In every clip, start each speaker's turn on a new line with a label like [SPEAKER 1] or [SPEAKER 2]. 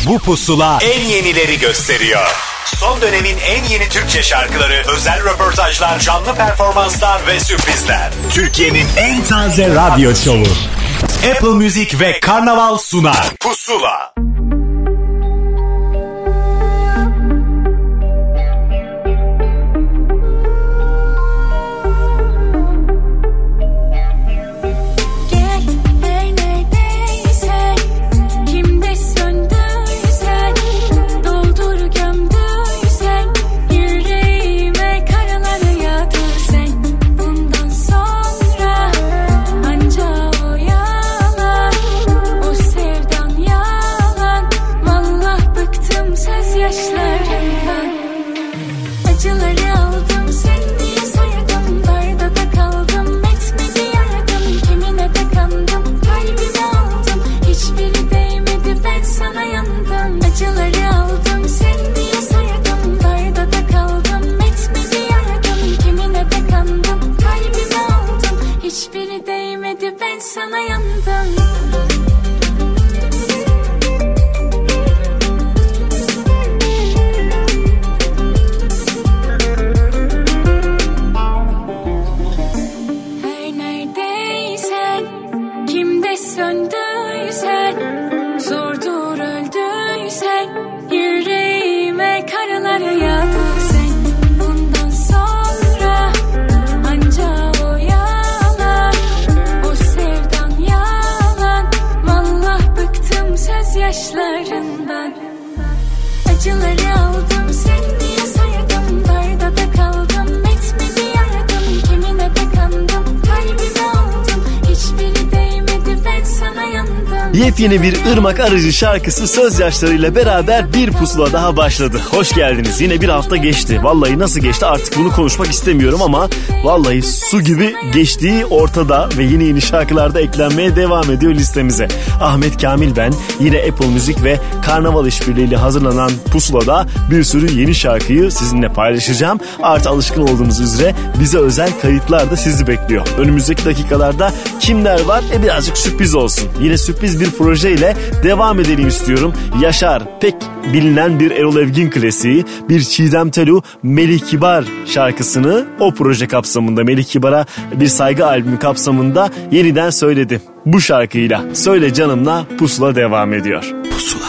[SPEAKER 1] Bu pusula en yenileri gösteriyor. Son dönemin en yeni Türkçe şarkıları, özel röportajlar, canlı performanslar ve sürprizler. Türkiye'nin en taze radyo şovu. Apple Music ve Karnaval sunar. Pusula.
[SPEAKER 2] Yepyeni bir Irmak Arıcı şarkısı söz yaşlarıyla beraber bir pusula daha başladı. Hoş geldiniz. Yine bir hafta geçti. Vallahi nasıl geçti artık bunu konuşmak istemiyorum ama vallahi su gibi geçtiği ortada ve yeni şarkılarda eklenmeye devam ediyor listemize. Ahmet Kamil ben. Yine Apple Music ve Karnaval işbirliğiyle hazırlanan pusulada bir sürü yeni şarkıyı sizinle paylaşacağım. Artı alışkın olduğunuz üzere bize özel kayıtlar da sizi bekliyor. Önümüzdeki dakikalarda kimler var? Birazcık sürpriz olsun. Yine sürpriz bir projeyle devam edelim istiyorum. Yaşar, pek bilinen bir Erol Evgin klasiği, bir Çiğdem Telu Melih Kibar şarkısını o proje kapsamında, Melih Kibar'a bir saygı albümü kapsamında yeniden söyledi. Bu şarkıyla Söyle Canım'la Pusula devam ediyor. Pusula.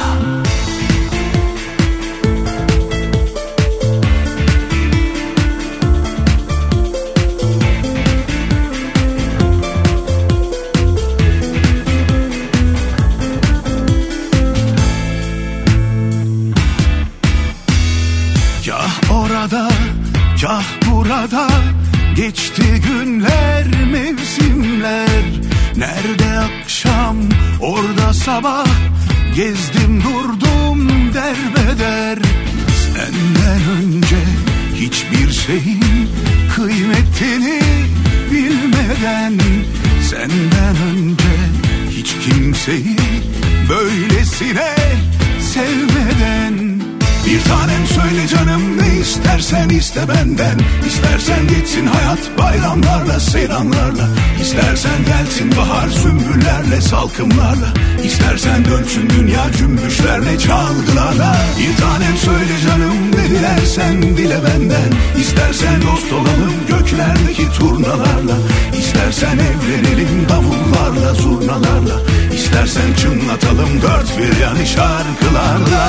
[SPEAKER 3] Kah burada geçti günler, mevsimler. Nerede akşam, orada sabah. Gezdim durdum derbeder. Senden önce hiçbir şeyin kıymetini bilmeden, senden önce hiç kimseyi böylesine sevmeden. Bir tanem söyle canım, ne istersen iste benden. İstersen geçsin hayat bayramlarla, seyranlarla. İstersen gelsin bahar sümbüllerle, salkımlarla. İstersen dönsün dünya cümbüşlerle, çalgılarla. Bir tanem söyle canım, ne dilersen dile benden. İstersen dost olalım göklerdeki turnalarla. İstersen evlenelim davullarla, zurnalarla. İstersen çınlatalım dört bir yanı şarkılarla.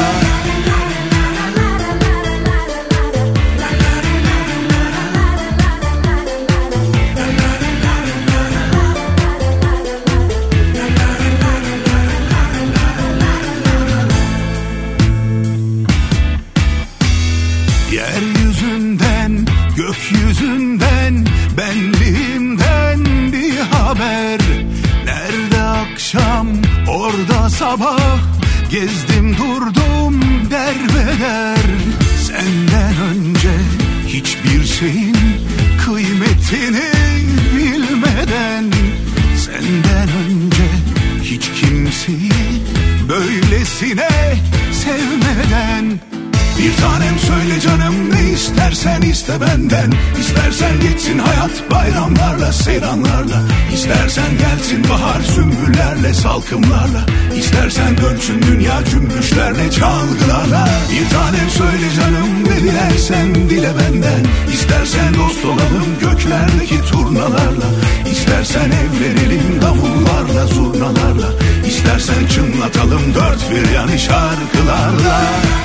[SPEAKER 3] Yeryüzünden, gökyüzünden, benliğimden bir haber. Nerede akşam, orada sabah. Gezdim durdum derbeder. Senden önce hiçbir şeyin kıymetini bilmeden, senden önce hiç kimseyi böylesine sevmeden. Bir tanem söyle canım, ne istersen iste benden. İstersen geçsin hayat bayramlarla, seyranlarla. İstersen gelsin bahar sümbüllerle, salkımlarla. İstersen dönsün dünya cümbüşlerle, çalgılarla. Bir tanem söyle canım, ne dilersen dile benden. İstersen dost olalım göklerdeki turnalarla. İstersen evlenelim davullarla, zurnalarla. İstersen çınlatalım dört bir yanı şarkılarla.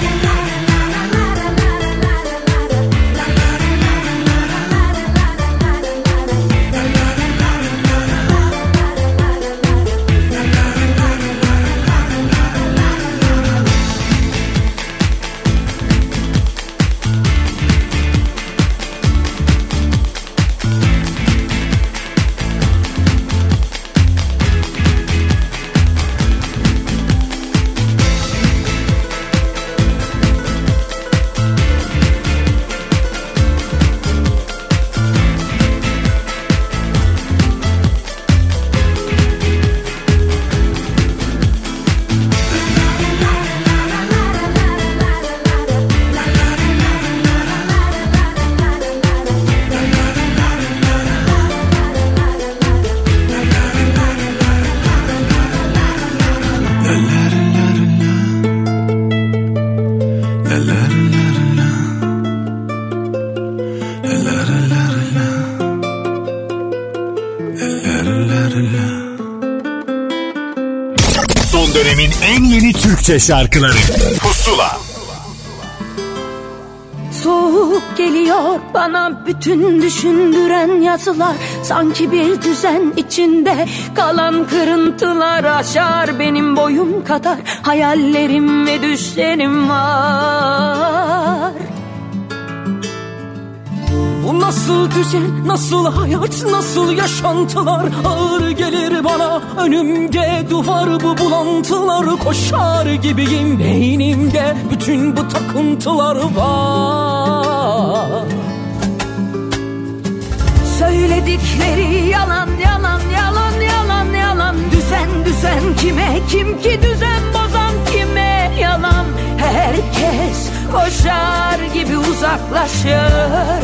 [SPEAKER 1] Son dönemin en yeni Türkçe şarkıları Pusula.
[SPEAKER 4] Soğuk geliyor bana bütün düşündüren yazılar. Sanki bir düzen içinde kalan kırıntılar. Aşar benim boyum kadar hayallerim ve düşlerim var. Bu nasıl düzen, nasıl hayat, nasıl yaşantılar? Ağır gelir bana önümde duvar, bu bulantılar. Koşar gibiyim beynimde, bütün bu takıntılar var. Söyledikleri yalan, yalan, yalan, yalan, yalan. Düzen, düzen kime, kim ki düzen bozan kime? Yalan, herkes koşar gibi uzaklaşır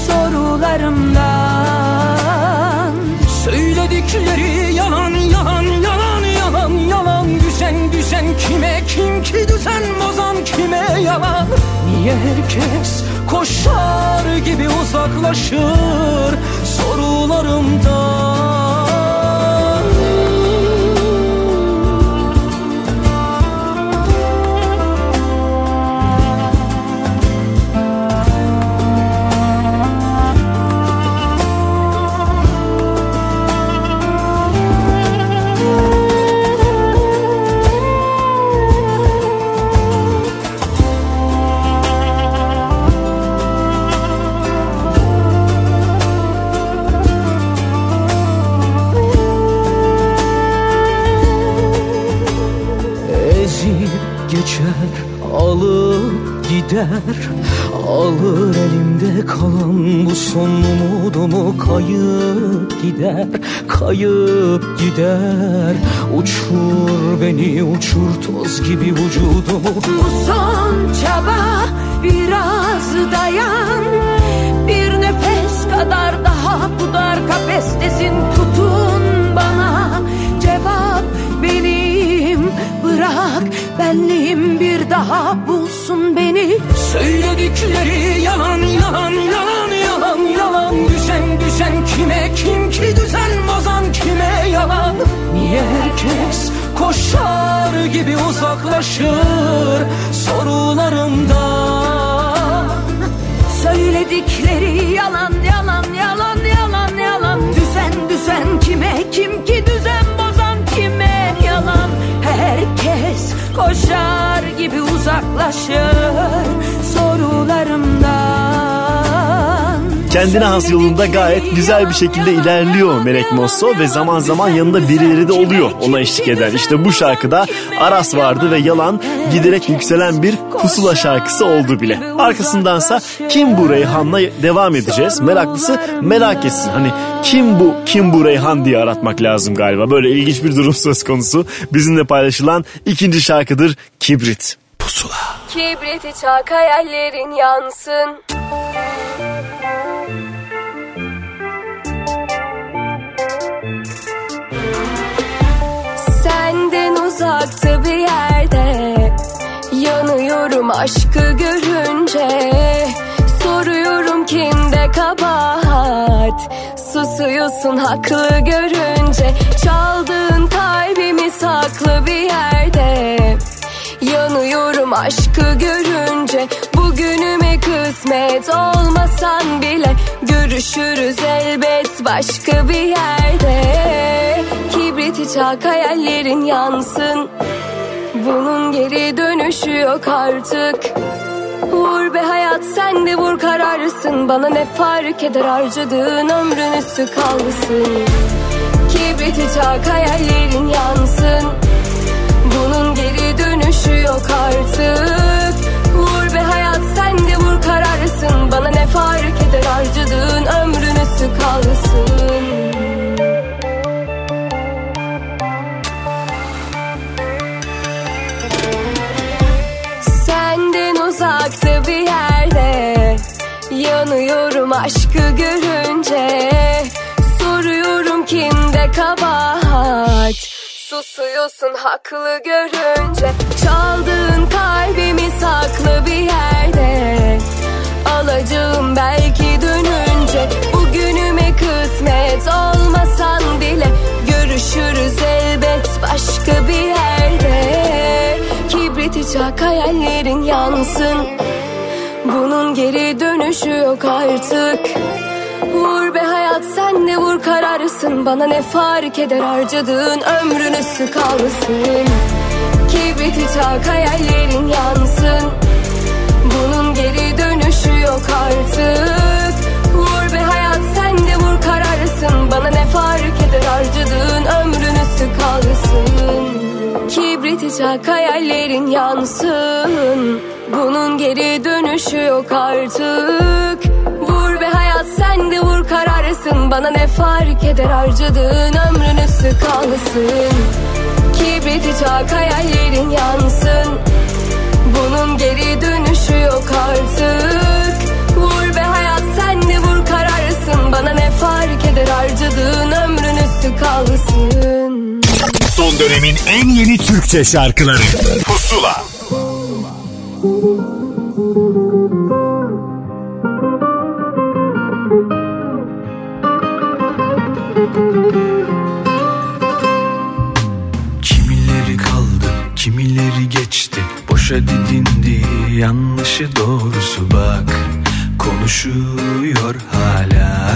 [SPEAKER 4] sorularımdan. Söyledikleri yalan, yalan, yalan, yalan, yalan. Düzen, düzen kime, kim ki düzen bozan kime? Yalan, niye herkes koşar gibi uzaklaşır sorularımdan? Geçer, alıp gider, alır elimde kalan bu son umudumu. Kayıp gider, kayıp gider. Uçur beni, uçur toz gibi vücudumu. Bu son çaba, biraz dayan. Bir nefes kadar daha bu dar kafestesin. Tutun bana, cevap benim. Bırak benliğim bir daha bulsun beni. Söyledikleri yalan, yalan, yalan, yalan, yalan. Düzen, düzen kime, kim ki düzen bozan kime? Yalan, niye herkes koşar gibi uzaklaşır sorularımdan? Söyledikleri yalan, yalan, yalan, yalan, yalan. Düzen, düzen kime, kim ki düzen bozan kime? Yalan, herkes koşar gibi uzaklaşır sorularımdan.
[SPEAKER 2] Kendine has yolunda gayet güzel bir şekilde ilerliyor Melek Mosso ve zaman zaman yanında birileri de oluyor ona eşlik eden. İşte bu şarkıda Aras vardı ve Yalan giderek yükselen bir Pusula şarkısı oldu bile. Arkasındansa Kim Bu Reyhan'la devam edeceğiz. Meraklısı merak etsin. Hani kim bu Reyhan diye aratmak lazım galiba. Böyle ilginç bir durum söz konusu. Bizimle paylaşılan ikinci şarkıdır Kibrit. Pusula.
[SPEAKER 5] Kibriti çak hayallerin yansın. Senden uzakta bir yerde yanıyorum aşkı görünce. Soruyorum kimde kabahat, susuyorsun haklı görünce. Çaldığın kalbimi saklı bir yerde yanıyorum aşkı görünce. Bugünüme kısmet olmasan bile görüşürüz elbet başka bir yerde. Kibriti çak hayallerin yansın. Bunun geri dönüşü yok artık. Vur be hayat sen de vur kararsın. Bana ne fark eder harcadığın ömrün üstü kalsın. Kibriti çak hayallerin yansın. Bunun geri dönüşü yok artık. Vur be hayat sen de vur kararsın. Bana ne fark eder harcadığın ömrün üstü kalsın. Senden uzakta bir yerde yanıyorum aşkı görünce. Soruyorum kimde kabahat, susuyorsun haklı görünce. Çaldığın kalbimi saklı bir yerde alacağım belki dönünce. Bugünüme kısmet olmasan bile görüşürüz elbet başka bir yerde. Kibriti çak hayallerin yansın. Bunun geri dönüşü yok artık. Vur be hayat sen de vur kararsın. Bana ne fark eder harcadığın ömrün üstü kalsın. Kibriti çak hayallerin yansın. Bunun geri dönüşü yok artık. Vur be hayat sen de vur kararsın. Bana ne fark eder harcadığın ömrün üstü kalsın. Kibriti çak hayallerin yansın. Bunun geri dönüşü yok artık. Vur be hayat sen de vur kararsın. Bana ne fark eder harcadığın ömrün üstü kalsın. Kibriti çak hayallerin yansın. Bunun geri dönüşü yok artık. Vur be hayat sen de vur kararsın. Bana ne fark eder harcadığın ömrün üstü kalsın.
[SPEAKER 1] Son dönemin en yeni Türkçe şarkıları Pusula.
[SPEAKER 3] Kimileri kaldı, kimileri geçti. Boşa didindi, yanlışı doğrusu bak. Konuşuyor hala.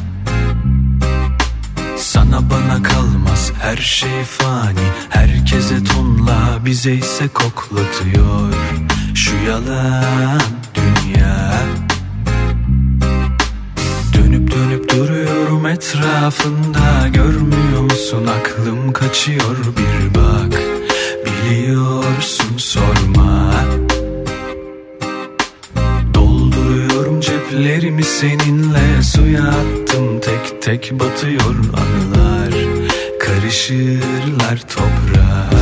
[SPEAKER 3] Sana bana kalmaz her şey fani. Herkese tonla, bize ise koklatıyor şu yalan dünya. Dönüp dönüp duruyorum etrafında. Görmüyor musun aklım kaçıyor bir bak. Biliyorsun sorma. Dolduruyorum ceplerimi seninle. Suya attım tek tek batıyor anılar. Karışırlar toprağa.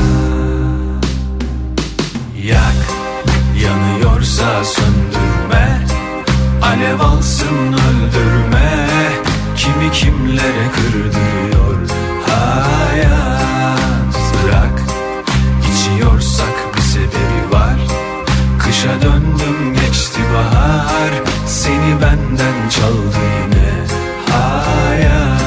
[SPEAKER 3] Yak, yanıyorsa söndürme. Alev alsın öldürme. Kimi kimlere kırdırıyor hayat. Bırak, içiyorsak bir sebebi var. Kışa döndüm geçti bahar. Seni benden çaldı yine hayat.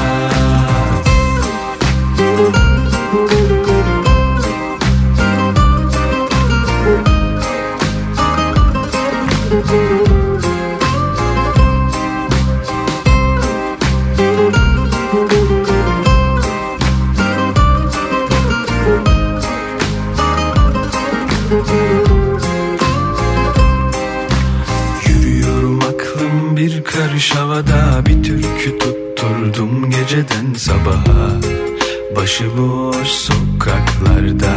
[SPEAKER 3] Yürüyorum aklım bir karış havada. Bir türkü tutturdum geceden sabaha. Başıboş sokaklarda.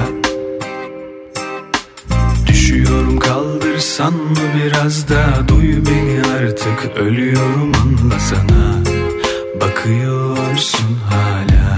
[SPEAKER 3] Düşüyorum kaldırsan mı biraz da. Duy beni artık ölüyorum anlasana. Bakıyorsun hala.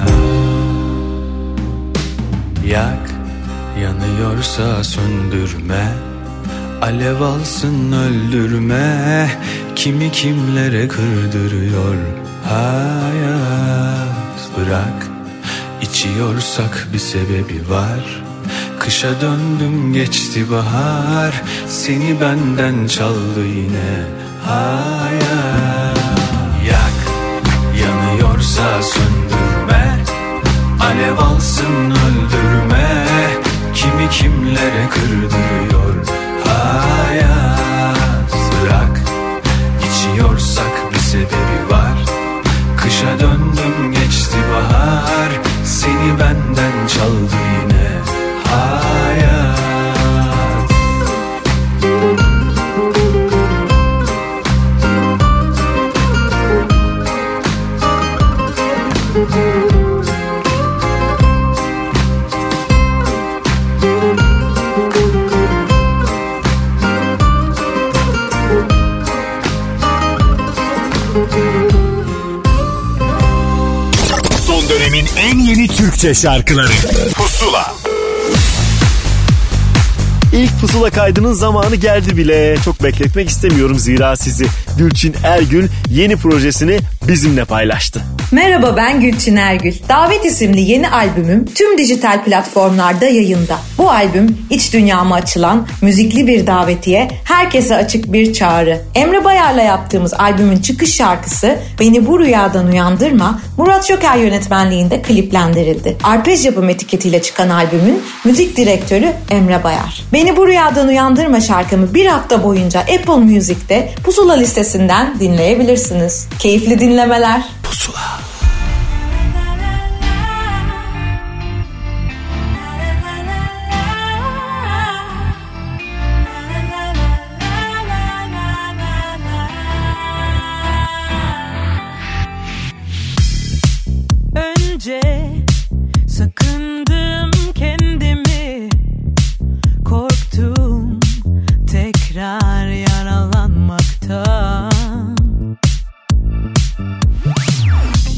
[SPEAKER 3] Yak, yanıyorsa söndürme.
[SPEAKER 6] Alev alsın öldürme, kimi kimlere kırdırıyor hayat. Bırak, içiyorsak bir sebebi var. Kışa döndüm geçti bahar, seni benden çaldı yine hayat. Yak, yanıyorsa söndürme, alev alsın öldürme, kimi kimlere kırdırıyor hayat. Bırak, içiyorsak bir sebebi var. Kışa döndüm geçti bahar, seni benden çaldı yine hayat.
[SPEAKER 1] Son dönemin en yeni Türkçe şarkıları Pusula.
[SPEAKER 2] İlk pusula kaydının zamanı geldi bile. Çok bekletmek istemiyorum zira sizi. Gülçin Ergül yeni projesini bizimle paylaştı.
[SPEAKER 7] Merhaba, ben Gülçin Ergül. Davet isimli yeni albümüm tüm dijital platformlarda yayında. Bu albüm iç dünyama açılan müzikli bir davetiye, herkese açık bir çağrı. Emre Bayar'la yaptığımız albümün çıkış şarkısı Beni Bu Rüyadan Uyandırma, Murat Joker yönetmenliğinde kliplendirildi. Arpej Yapım etiketiyle çıkan albümün müzik direktörü Emre Bayar. Beni Bu Rüyadan Uyandırma şarkımı bir hafta boyunca Apple Music'te Pusula listesinden dinleyebilirsiniz. Keyifli dinlemeler.
[SPEAKER 2] Pusula.
[SPEAKER 4] Önce sakındım kendimi, korktum tekrar yaralanmaktan.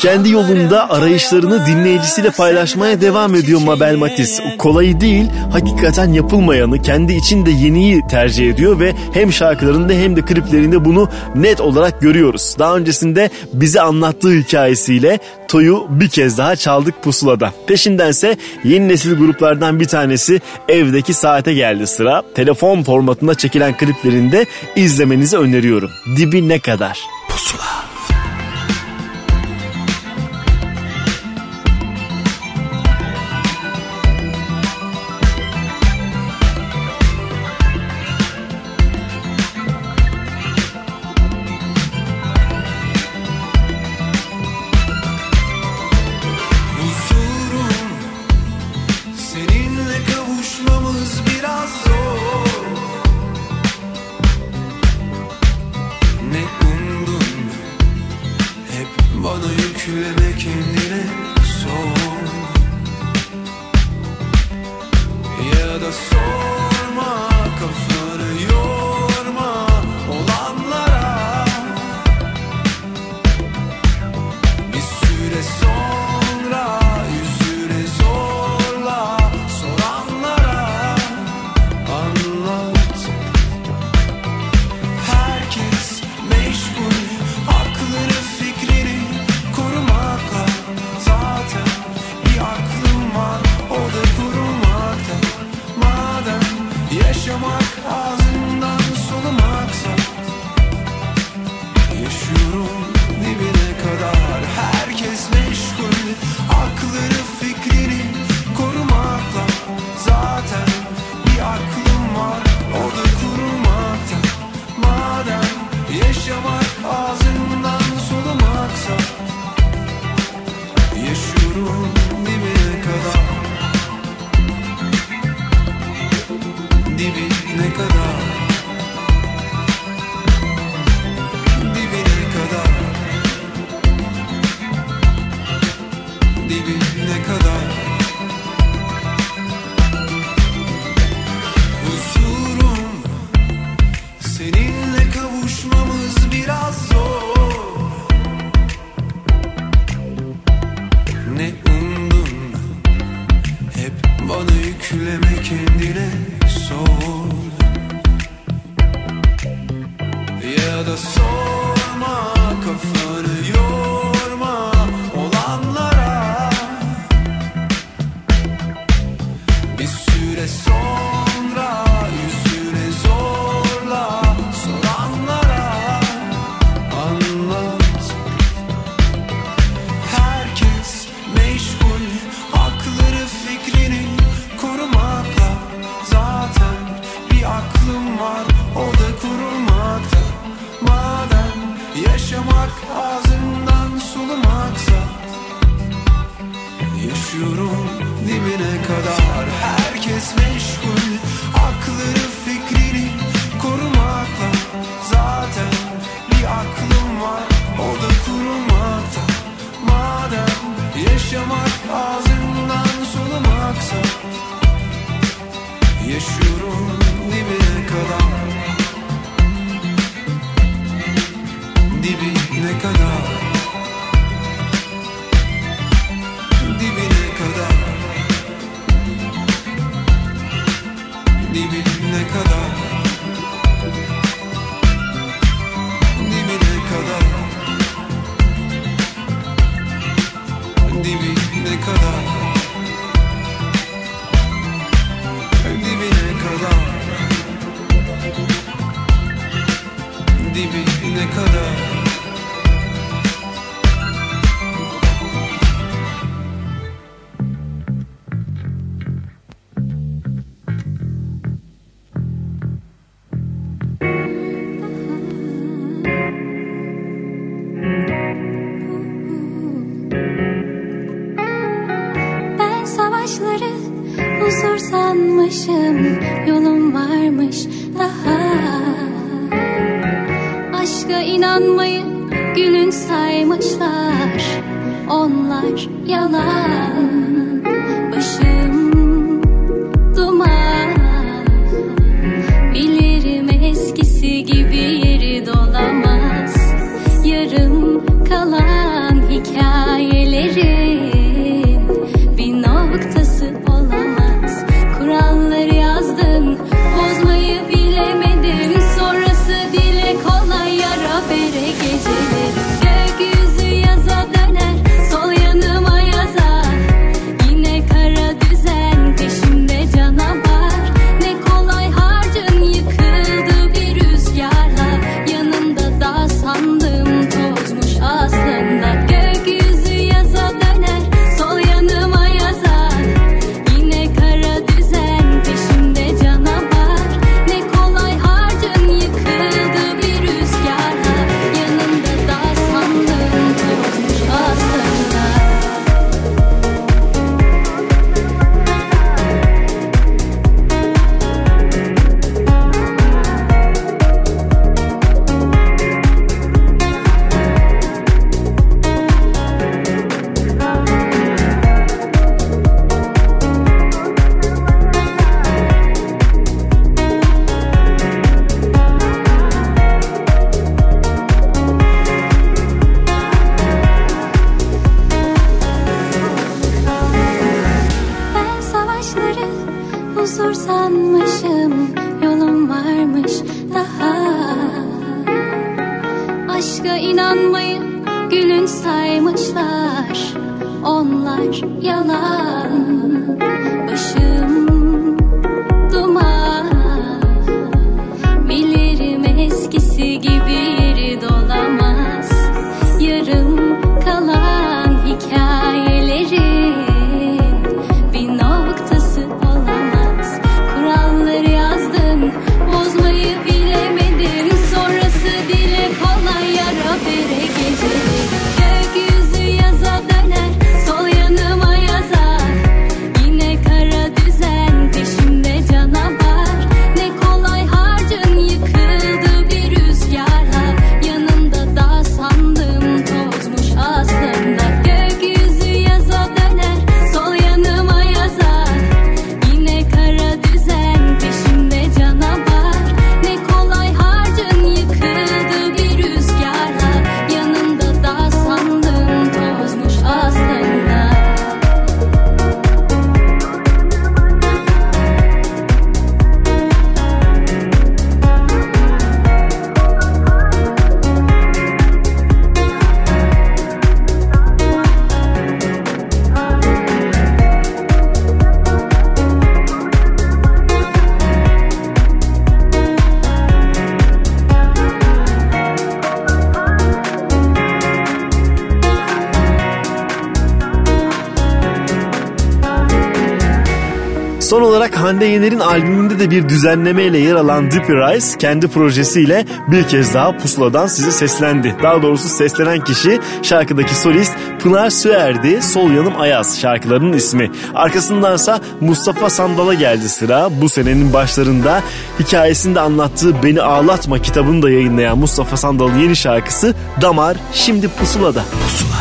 [SPEAKER 2] Kendi yolunda arayışlarını dinleyicisiyle paylaşmaya devam ediyor Mabel Matiz. Kolay değil, hakikaten yapılmayanı, kendi içinde yeniyi tercih ediyor ve hem şarkılarında hem de kliplerinde bunu net olarak görüyoruz. Daha öncesinde bize anlattığı hikayesiyle Toy'u bir kez daha çaldık Pusula'da. Peşindense yeni nesil gruplardan bir tanesi Evdeki Saate geldi sıra. Telefon formatında çekilen kliplerinde izlemenizi öneriyorum. Dibi ne kadar? Pusula.
[SPEAKER 8] Kalan hikaye sanmışım yolum varmış daha. Aşka inanmayıp gülün saymışlar, onlar yalan. Başım duman, bilirim eskisi gibi dolamaz. Yarım kalan hikayelerin bir noktası olamaz. Kuralları yazdın, bozmayı bilemedin. Sonrası dile kolay, yara bere geceleri. Gökyüzü yaza döner, sol yanıma yazar. Yine kara düzen, peşimde canavar. Ne kolay harcın yıkıldı bir rüzgarla. Yanımda da sandım tozmuş aslında. Gökyüzü yaza döner, sol yanıma yazar. Yine kara düzen, peşimde canavar. Ne kolay harcın yıkıldı bir rüzgarla. Yanımda da sandım tozmuş aslında.
[SPEAKER 2] Son olarak Hande Yener'in albümünde de bir düzenlemeyle yer alan Deep Rise kendi projesiyle bir kez daha pusuladan size seslendi. Daha doğrusu seslenen kişi şarkıdaki solist Pınar Süer'di. Sol Yanım Ayaz şarkılarının ismi. Arkasındansa Mustafa Sandal'a geldi sıra. Bu senenin başlarında hikayesinde anlattığı Beni Ağlatma kitabını da yayınlayan Mustafa Sandal'ın yeni şarkısı Damar şimdi pusulada. Pusula.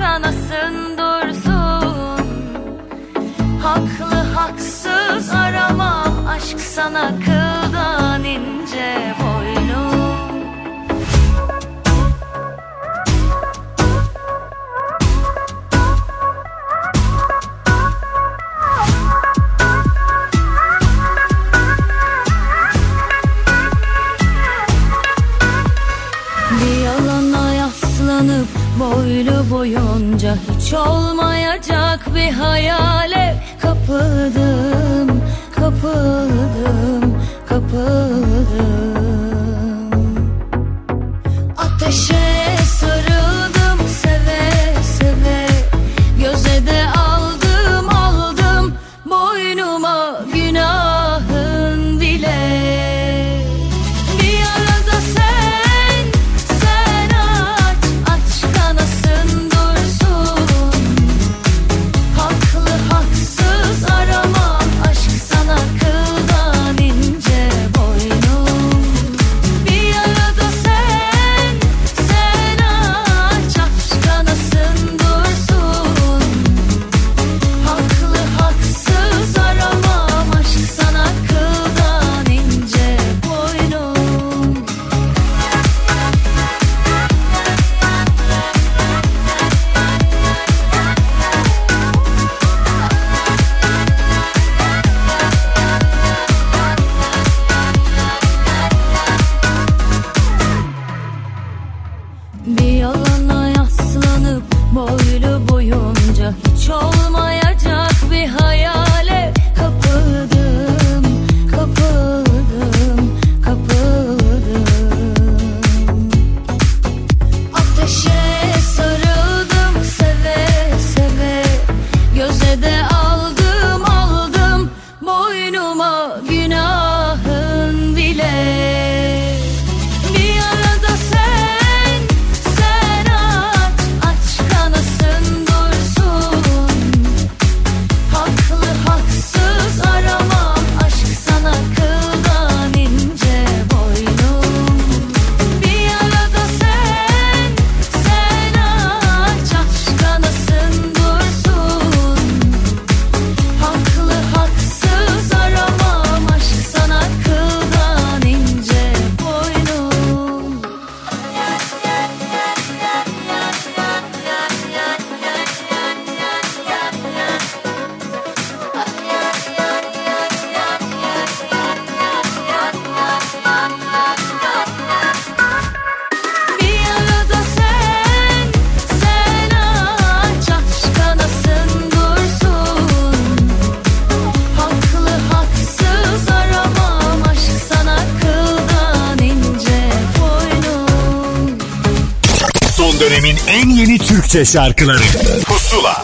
[SPEAKER 8] kanasın dursun. Haklı haksız aramam, aşk sana kıldan ince boynum. Bir yalana yaslanıp boylu boyunca hiç olmayacak bir hayale kapıldım, kapıldım, kapıldım. Ateşe sarıldım seve seve, göze de aldım aldım boynuma günahın bile. Bir arada sen aç aç kanasın dursun. Haklı haksız aramam, aşk sana kıldan ince boynum. Bir arada sen aç aç kanasın dursun. Haklı haksız aramam, aşk sana kıldan ince boynum. Bir yalana yaslanıp boylu boyunca hiç olmayacak bir hayale kapıldım, kapıldım, kapıldım. Ateşe sarıldım seve seve, göze de aldım aldım boynuma günahın bile. Bir arada sen aç aç kanasın dursun. Haklı haksız aramam, aşk sana kıldan ince boynum. Bir arada sen aç aç kanasın dursun. Haklı haksız aramam, aşk sana kıldan ince boynum. Bir arada sen aç aç kanasın dursun. Haklı haksız aramam, aşk sana kıldan ince boynum.
[SPEAKER 1] Son dönemin en yeni Türkçe şarkıları Pusula.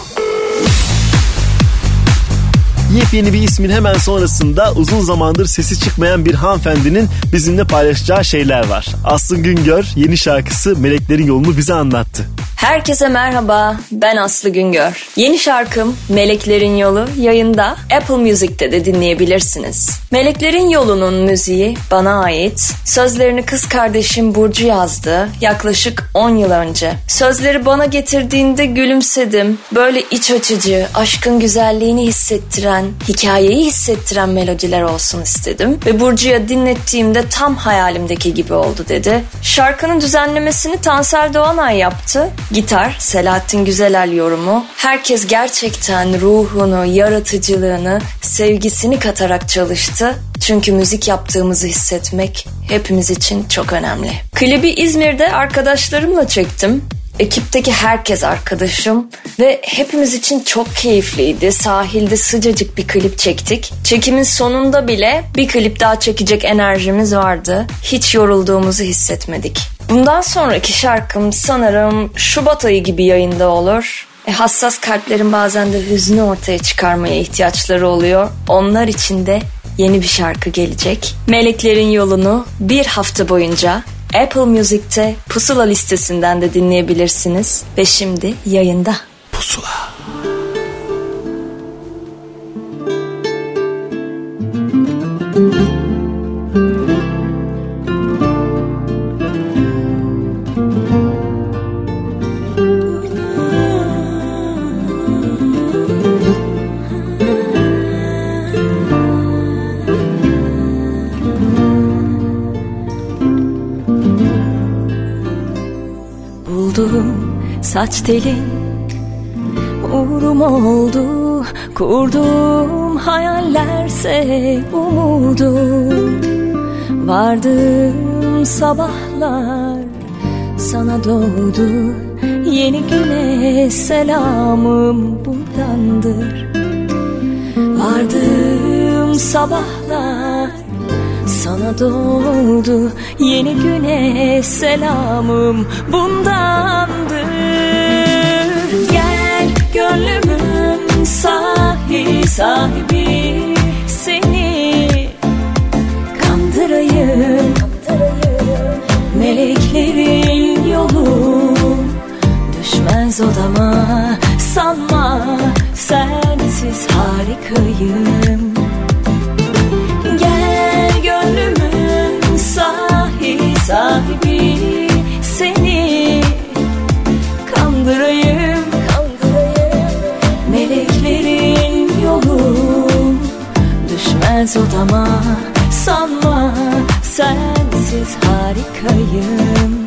[SPEAKER 2] Yepyeni bir ismin hemen sonrasında uzun zamandır sesi çıkmayan bir hanımefendinin bizimle paylaşacağı şeyler var. Aslı Güngör yeni şarkısı Meleklerin Yolunu bize anlattı.
[SPEAKER 9] Herkese merhaba, ben Aslı Güngör. Yeni şarkım Meleklerin Yolu yayında Apple Music'te de dinleyebilirsiniz. Meleklerin Yolu'nun müziği bana ait. Sözlerini kız kardeşim Burcu yazdı yaklaşık 10 yıl önce. Sözleri bana getirdiğinde gülümsedim. Böyle iç açıcı, aşkın güzelliğini hissettiren, hikayeyi hissettiren melodiler olsun istedim. Ve Burcu'ya dinlettiğimde tam hayalimdeki gibi oldu dedi. Şarkının düzenlemesini Tansel Doğanay yaptı. Gitar, Selahattin Güzelel yorumu. Herkes gerçekten ruhunu, yaratıcılığını, sevgisini katarak çalıştı. Çünkü müzik yaptığımızı hissetmek hepimiz için çok önemli. Klibi İzmir'de arkadaşlarımla çektim. Ekipteki herkes arkadaşım ve hepimiz için çok keyifliydi. Sahilde sıcacık bir klip çektik. Çekimin sonunda bile bir klip daha çekecek enerjimiz vardı. Hiç yorulduğumuzu hissetmedik. Bundan sonraki şarkım sanırım Şubat ayı gibi yayında olur. Hassas kalplerin bazen de hüznü ortaya çıkarmaya ihtiyaçları oluyor. Onlar için de yeni bir şarkı gelecek. Meleklerin Yolunu bir hafta boyunca Apple Music'te Pusula listesinden de dinleyebilirsiniz. Ve şimdi yayında.
[SPEAKER 2] Pusula.
[SPEAKER 9] saç telin uğrum oldu. Kurduğum hayallerse umudum. Vardığım sabahlar sana doğdu. Yeni güne selamım bundandır. Vardığım sabahlar sana doğdu. Yeni güne selamım bundandır. Gel gönlümün sahibi, seni kandırayım. Meleklerin yolu düşmez odama. Sanma sensiz harikayım. Gel gönlümün sahibi, seni kandırayım. Meleklerin yolu düşmez odama. Sanma sensiz harikayım.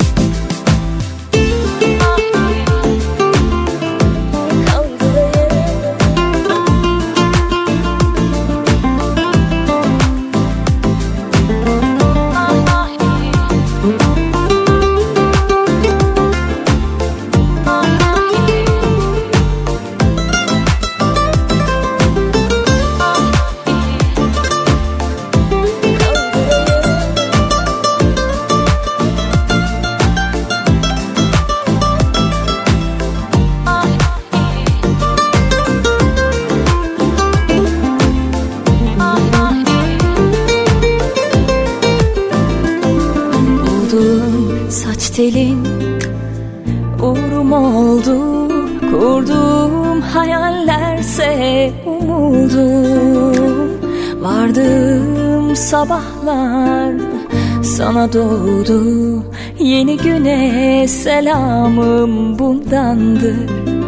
[SPEAKER 9] Telin uğrum oldu. Kurduğum hayallerse umudum. Vardığım sabahlar sana doğdu. Yeni güne selamım bundandır.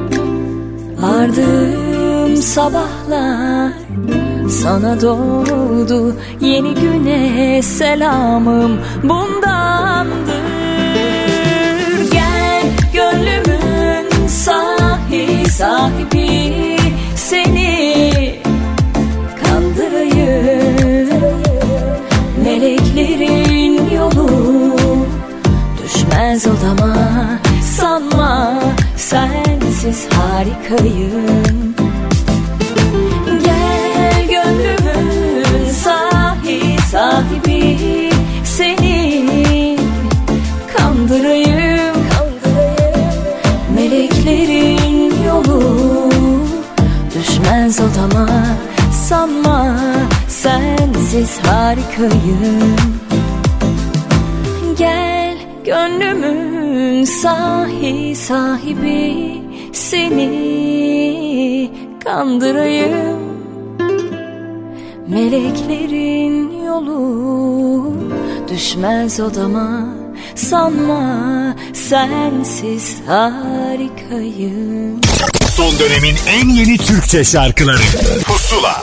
[SPEAKER 9] Vardığım sabahlar sana doğdu. Yeni güne selamım bundandır. Gönlümün sahibi, seni kandırayım. Meleklerin yolu düşmez odama. Sanma sensiz harikayım. Gel gönlümün sahibi, seni kandırayım. Meleklerin yolu düşmez odama. Sanma sensiz harikayım. Gel gönlümün sahibi, seni kandırayım. Meleklerin yolu düşmez odama. Sanma sensiz harikayım.
[SPEAKER 1] Son dönemin en yeni Türkçe şarkıları Pusula.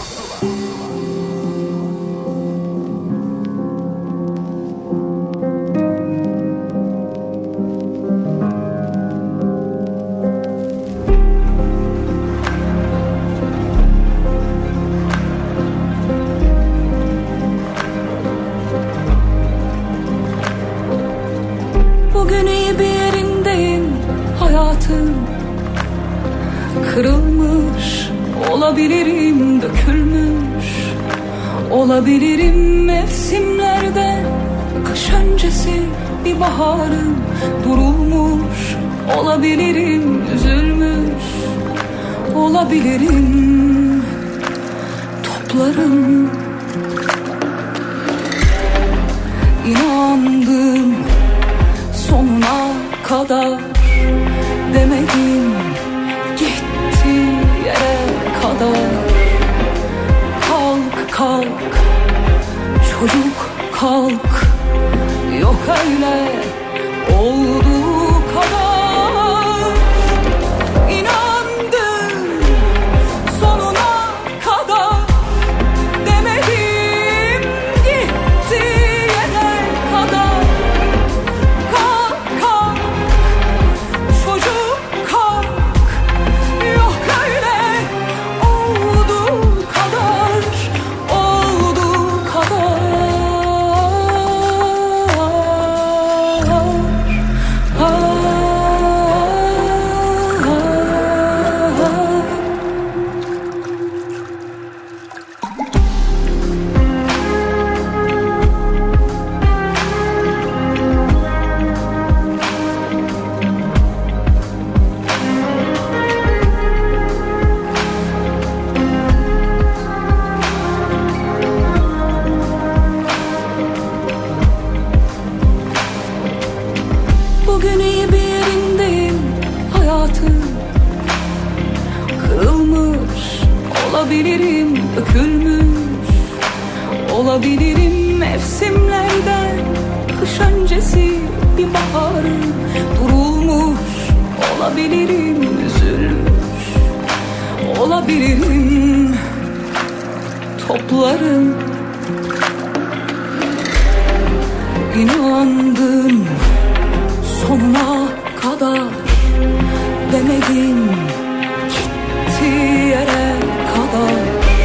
[SPEAKER 4] Bugün iyi bir yerindeyim, hayatım kırılmış olabilirim, dökülmüş olabilirim mevsimlerde. Kış öncesi bir baharım, durulmuş olabilirim, üzülmüş olabilirim. Toplarım, inandım sonuna kadar, demedim gitti yere kadar. Kalk kalk çocuk kalk, yok öyle olduğu kadar. İnandım sonuna kadar, demedim gitti yere kadar. Kalk kalk çocuk olabilirim dökülmüş, olabilirim mevsimlerden kış öncesi bir bahar durulmuş, olabilirim üzülmüş, olabilirim toplarım. İnandım sonuna kadar, demedim gittiği yere kadar.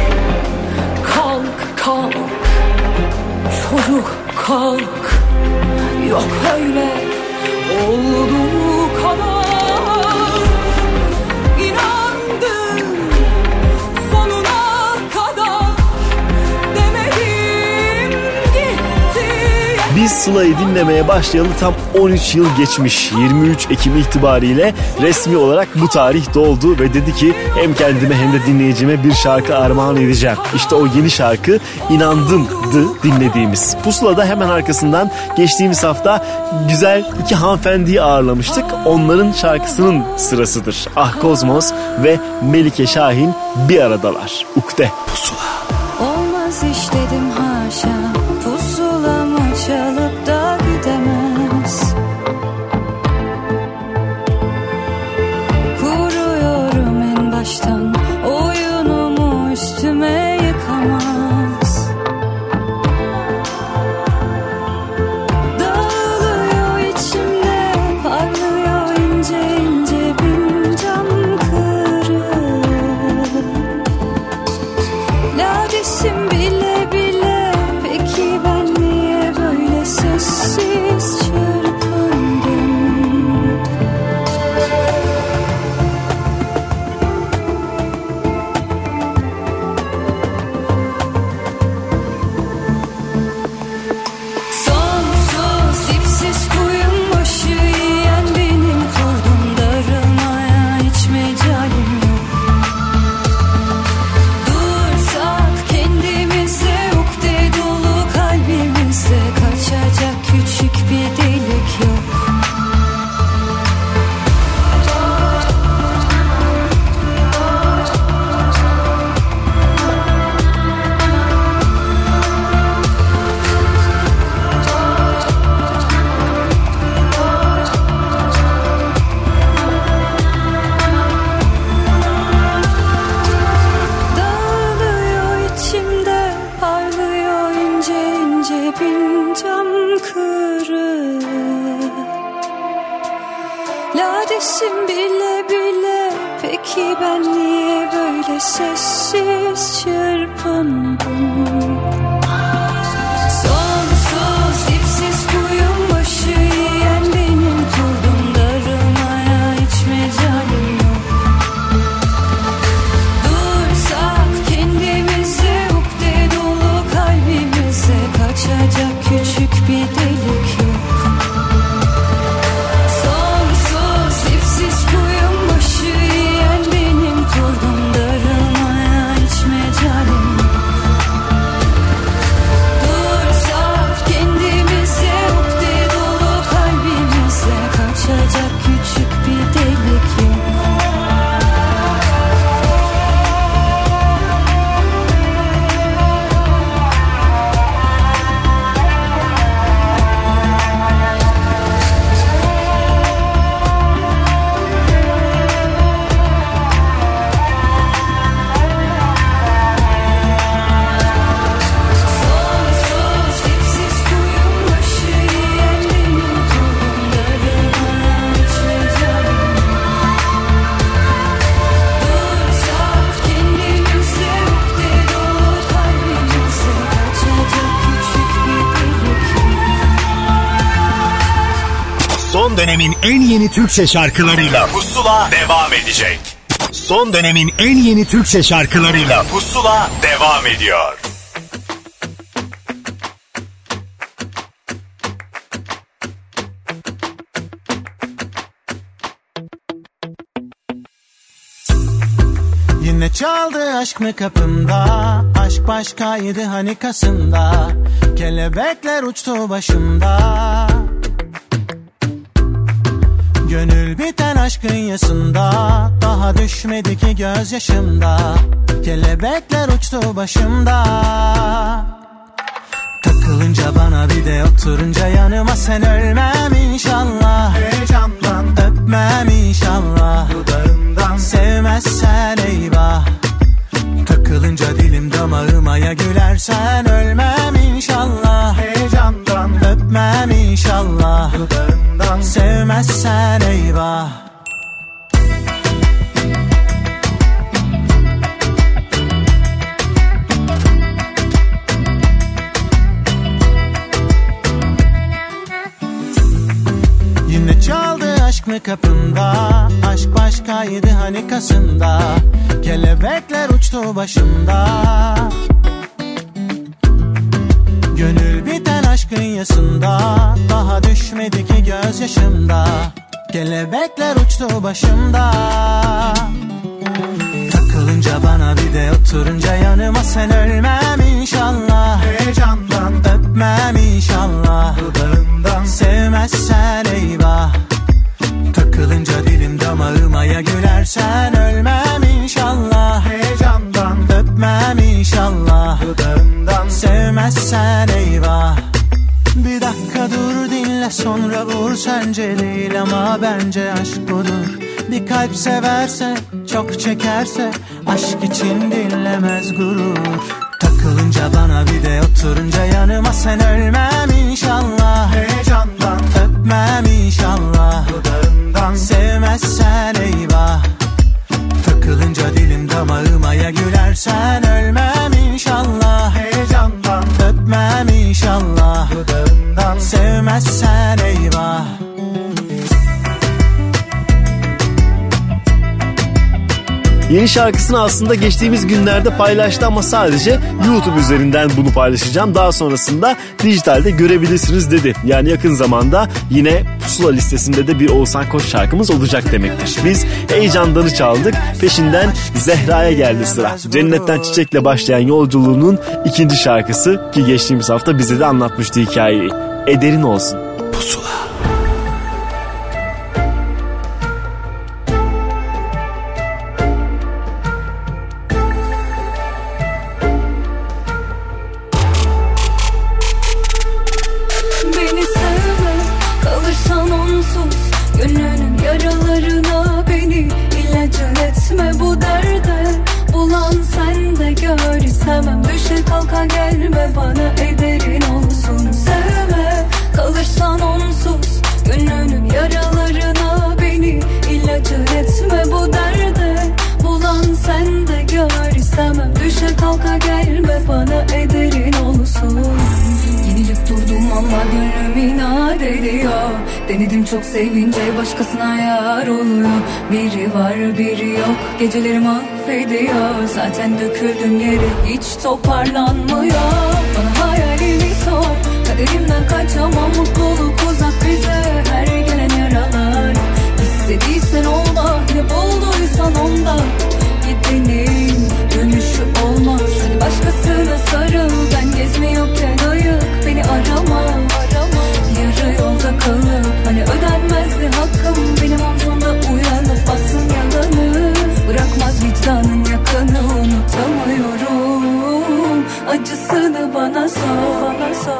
[SPEAKER 4] Kalk kalk çocuk kalk, yok öyle olduğu kadar. İnandım sonuna kadar, demedim gitti.
[SPEAKER 2] Biz Sıla'yı dinlemeye başlayalı tam 13 yıl geçmiş. 23 Ekim itibariyle resmi olarak bu tarih doldu ve dedi ki hem kendime hem de dinleyicime bir şarkı armağan edeceğim. İşte o yeni şarkı İnandım'dı dinlediğimiz. Pusula'da hemen arkasından geçtiğimiz hafta güzel iki hanımefendiyi ağırlamıştık. Onların şarkısının sırasıdır. Ah Kozmos ve Melike Şahin bir aradalar. Ukde. Pusula.
[SPEAKER 8] Olmaz iş dedim haşa, pusulamı çalıp da gidemez. Kuruyorum en baştan, oyunumu üstüme yıkamaz. Dağılıyor içimde, parlıyor ince ince bin cam kırık. Ladesim bile bile, peki ben niye böyle sessiz çırpındım? Sonsuz dipsiz kuyum başı yiyen benim kurdum, darılmaya hiç mecalim yok. Dursak kendimize, ukde dolu kalbimizde, kaçacak küçük bir delik yok. Dağılıyor içimde, parlıyor ince ince bin cam kırık. Ladesim bile bile, peki ben niye böyle sessiz çırpındım? Sonsuz dipsiz kuyum başı yiyen benim kurdum, darılmaya hiç mecalim yok. Dursak kendimize, ukde dolu kalbimize, kaçacak küçük bir delik yok. Sonsuz dipsiz kuyum başı yiyen benim kurdum, darılmaya hiç mecalim yok. Dursak kendimize, ukde dolu kalbimize, kaçacak küçük bir delik yok. Sonsuz dipsiz kuyum başı yiyen benim kurdum, darılmaya hiç mecalim yok. Dursak kendimize, ukde dolu kalbimize, kaçacak küçük bir delik yok.
[SPEAKER 1] Son dönemin en yeni Türkçe şarkılarıyla Pusula devam edecek. Son dönemin en yeni Türkçe şarkılarıyla Pusula devam ediyor.
[SPEAKER 10] Yine çaldı aşk mı kapımda, aşk başkaydı hani Kasım'da, kelebekler uçtu başımda. Gönül biten aşkın yasında, daha daha düşmedi ki gözyaşımda. Kelebekler uçtu başımda. Takılınca bana bir de oturunca yanıma, sen ölmem inşallah. Heyecandan öpmem inşallah. Dudağından sevmezsen eyvah. Takılınca dilim damağıma, ya gülersen ölmem inşallah. Heyecandan öpmem inşallah. Dudağından sevmezsen eyvah. Yine çaldı aşk mı kapında? Aşk başkaydı hani Kasım'da. Kelebekler uçtu başımda. Gönül biten aşkın yasında. Daha düşmedi ki gözyaşımda. Kelebekler uçtu başımda. Takılınca bana bir de oturunca yanıma, sen ölmem inşallah. Heyecandan öpmem inşallah. Dudağından sevmezsen eyvah. Takılınca dilim damağıma, ya gülersen ölmem inşallah. Heyecandan öpmem inşallah. Dudağından sevmezsen eyvah. Bir dakika dur dinle sonra vur, sence değil ama bence aşk budur. Bir kalp severse, çok çekerse, aşk için dinlemez gurur. Takılınca bana bir de oturunca yanıma, sen ölmem inşallah. Heyecandan öpmem inşallah. Dudağından sevmezsen eyvah. Takılınca dilim damağıma, ya gülersen ölmem inşallah. Heyecandan öpmem inşallah. Dudağından sevmezsen eyvah.
[SPEAKER 2] Yeni şarkısını aslında geçtiğimiz günlerde paylaştı ama sadece YouTube üzerinden bunu paylaşacağım. Daha sonrasında dijitalde görebilirsiniz dedi. Yani yakın zamanda yine Pusula listesinde de bir Oğuzhan Koç şarkımız olacak demektir. Biz Heyecandan'ı çaldık. Peşinden Zehra'ya geldi sıra. Cennetten Çiçek'le başlayan yolculuğunun ikinci şarkısı ki geçtiğimiz hafta bize de anlatmıştı hikayeyi. Ederin olsun. Pusula.
[SPEAKER 8] Gelme bana, ederin olsun. Sevme, kalırsan onsuz. Gönlünün yaralarına beni ilacı etme bu derde. Bulan sen de gör, istemem düşe kalka gelme bana, ederin olsun. Yenilip durdum ama gönlüm inat ediyor. Denedim çok sevince başkasına yar oluyor. Biri var biri yok, geceleri mahvediyor. Zaten döküldüm yere, hiç toparlanmıyor. Bana hayalimi sor, kaderimden kaçamam. Mutluluk uzak bize, her gelen yaralar. İstediysen olma, ne bulduysan onda. Gidenin dönüşü olmaz. Hadi başkasına sarıl, ben gezmiyorken ayık beni arama. Yarı yolda kalıp hani ödenmezdi hakkım. Benim omzumda uyanıp batsın yalanı. Bırakmaz vicdanın yakını, unutamıyorum. Acısını bana sor.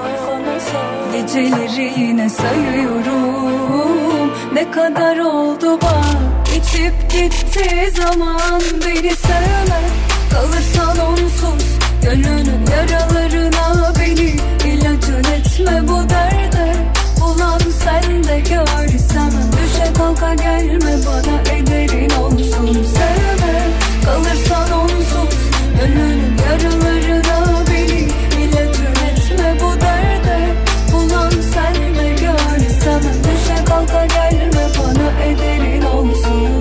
[SPEAKER 8] Geceleri yine sayıyorum. Ne kadar oldu bak, içip gitti zaman. Beni sevme, kalırsan onsuz. Gönlünün yaralarına beni ilacın etme bu derde. Bulan sen de gör, istemem düşe kalka gelme bana, ederin olsun. Sevme, kalırsan onsuz. Gönlünün yaralarına beni ilacın etme bu derde. Bulan sen de gör, istemem düşe kalka gelme bana, ederin olsun.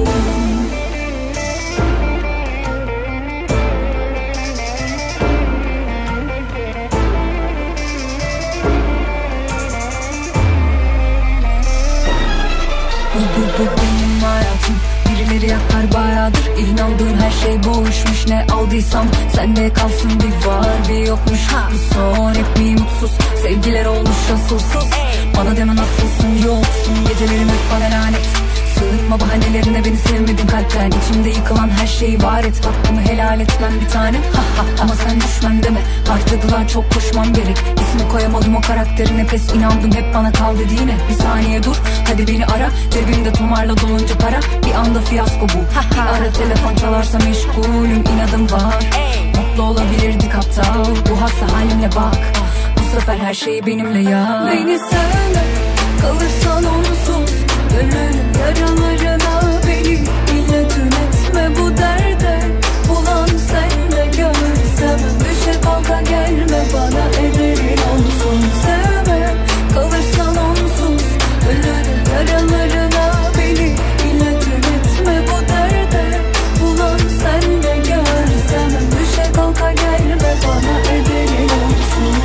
[SPEAKER 8] Bu benim hayatım, birileri yakar bayağıdır. İnandığım her şey boşmuş, ne aldıysam sende kalsın. Bir var bir yokmuş, bu son hep mi mutsuz. Sevgiler olmuş asılsız, bana deme nasılsın yoksun. Gecelerim hep bana lanet, Sığınma bahanelerine, beni sevmedin kalpten. İçimde yıkılan her şeyi var et. Hakkımı helal etmem bir tanem. Ama sen düşman deme. Harcadılar, çok koşmam gerek. İsmi koyamadım o karakterine, pes inandım hep bana kal dediğine. Bir saniye dur, hadi beni ara. Cebimde tomarla dolunca para. Bir anda fiyasko bu. Bir ara telefon çalarsa meşgulüm, inadım var. Mutlu olabilirdik aptal, bu hasta halimle bak. Bu sefer her şey benimle ya.
[SPEAKER 5] Beni sevme, kalırsan onsuz. Gönlünün yaralarına beni ilacın etme bu derde. Bulan sen de görsem, düşe kalka gelme bana, ederin olsun. Sevme, kalırsan onsuz. Gönlünün yaralarına beni ilacın etme bu derde. Bulan sen de görsem, düşe kalka gelme bana, ederin olsun.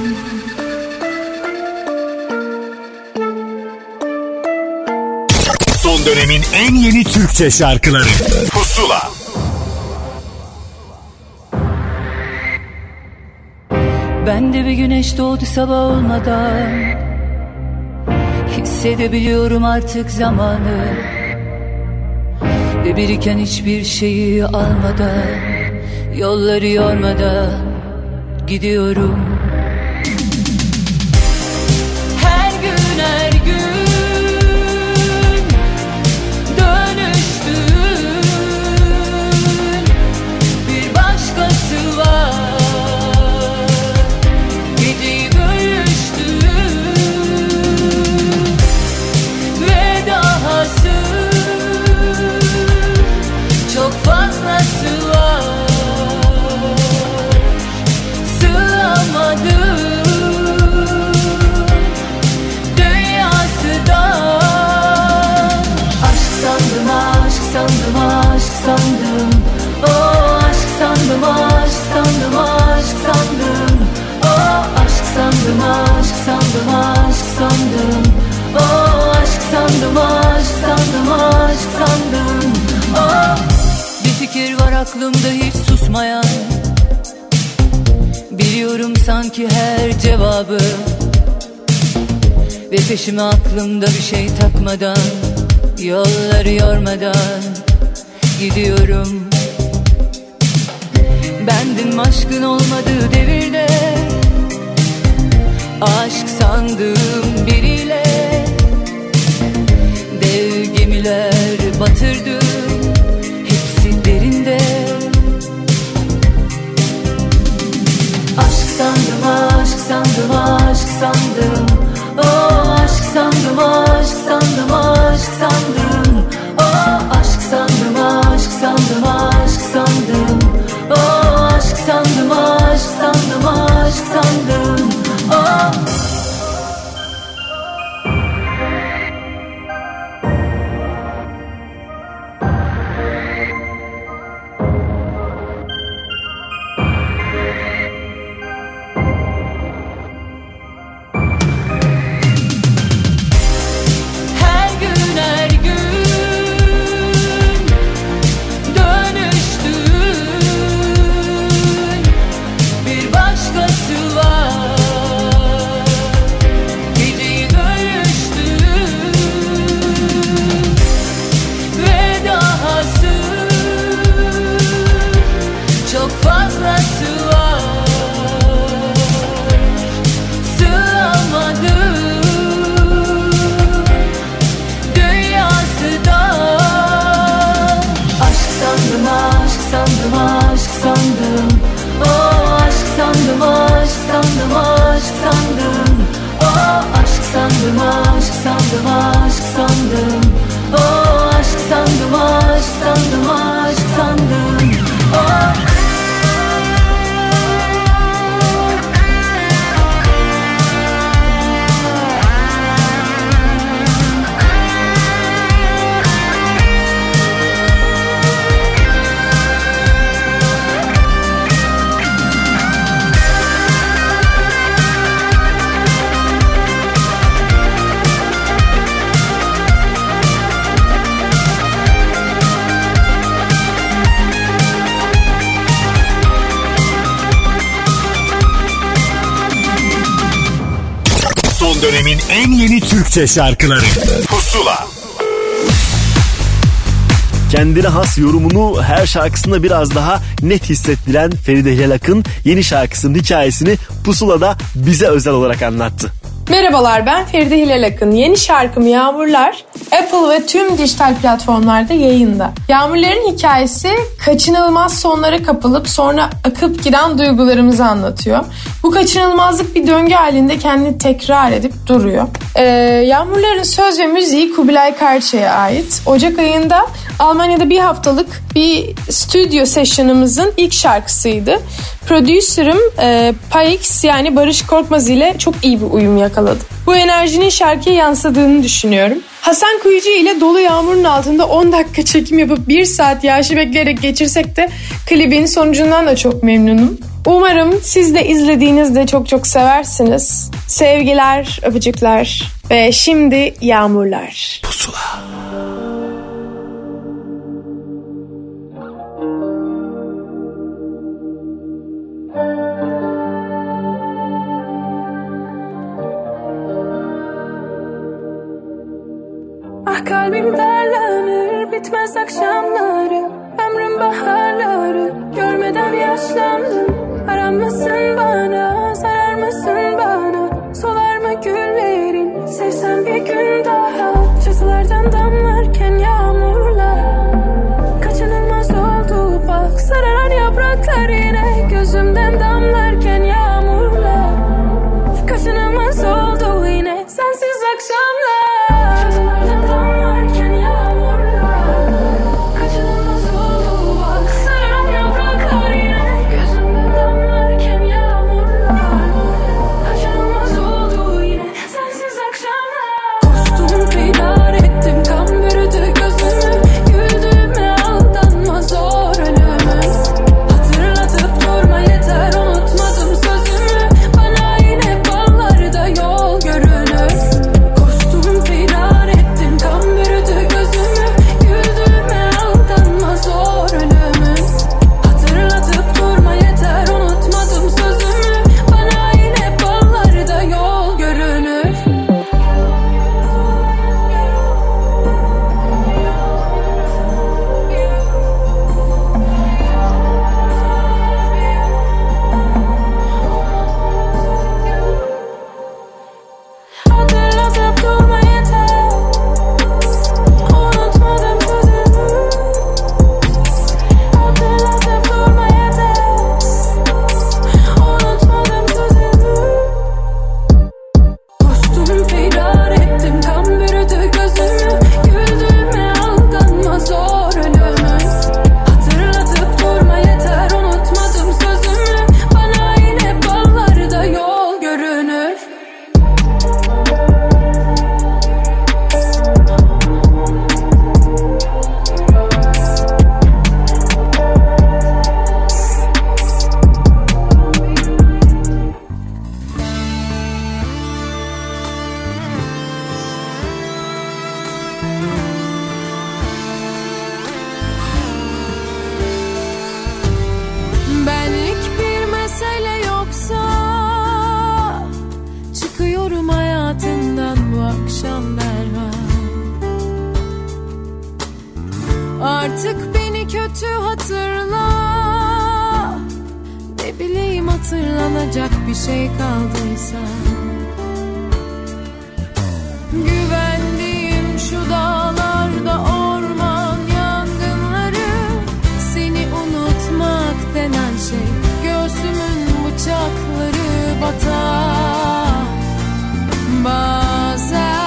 [SPEAKER 1] Son dönemin en yeni Türkçe şarkıları Pusula.
[SPEAKER 8] Ben de bir güneş doğdu sabah olmadan. Hissedebiliyorum artık zamanı. Ve biriken hiçbir şeyi almadan, yolları yormadan gidiyorum. Her gün her gün dönüştün, bir başkası var. Geceyi bölüştün ve dahası çok fazlası var. Sığamadım dünyası da. Aşk sandım, aşk sandım, aşk sandım. Oh aşk sandım, aşk sandım, aşk sandım. Oh aşk sandım, aşk sandım, aşk sandım. Oh aşk sandım, aşk sandım, aşk sandım. Oh. Bir fikir var aklımda hiç susmayan. Biliyorum sanki her cevabı. Ve peşime aklımda bir şey takmadan, yolları yormadan gidiyorum. Bendim aşkın olmadığı devirde, aşk sandığım biriyle dev gemiler batırdım, hepsi derinde. Aşk sandım, aşk sandım, aşk sandım. Oh aşk sandım, aşk sandım, aşk sandım. Oh aşk sandım, aşk sandım, aşk sandım. Oh aşk sandım, aşk sandım, aşk sandım. Oh.
[SPEAKER 1] Son dönemin en yeni Türkçe şarkıları Pusula.
[SPEAKER 2] Kendine has yorumunu her şarkısında biraz daha net hissettiren Feride Hilal Akın yeni şarkısının hikayesini Pusula'da bize özel olarak anlattı.
[SPEAKER 11] Merhabalar, ben Feride Hilal Akın. Yeni şarkım Yağmurlar Apple ve tüm dijital platformlarda yayında. Yağmurların hikayesi kaçınılmaz sonlara kapılıp sonra akıp giden duygularımızı anlatıyor. Bu kaçınılmazlık bir döngü halinde kendini tekrar edip duruyor. Yağmurların söz ve müziği Kubilay Karçay'a ait. Ocak ayında Almanya'da bir haftalık bir stüdyo session'ımızın ilk şarkısıydı. Prodüsörüm Paix yani Barış Korkmaz ile çok iyi bir uyum yakaladı. Bu enerjinin şarkıya yansıdığını düşünüyorum. Hasan Kuyucu ile Dolu Yağmur'un altında 10 dakika çekim yapıp 1 saat yağışı bekleyerek geçirsek de klibin sonucundan da çok memnunum. Umarım siz de izlediğinizde çok çok seversiniz. Sevgiler, öpücükler ve şimdi Yağmurlar.
[SPEAKER 2] Pusula.
[SPEAKER 8] Ah kalbim derlenir bitmez akşamları, ömrüm baharları görmeden yaşlandım. Aranmasın bana, zarar mısın bana, solar mı güllerin, sevsem bir gün daha. Çatılardan damlarken yağmurlar, kaçınılmaz oldu bak, sararan yapraklar yine gözümden damlarken yağmurlar, kaçınılmaz oldu yine sensiz akşamlar.
[SPEAKER 5] Artık beni kötü hatırla, ne bileyim hatırlanacak bir şey kaldıysa. Güvendiğim şu dağlarda orman yangınları, seni unutmak denen şey göğsümün bıçakları batar bazen.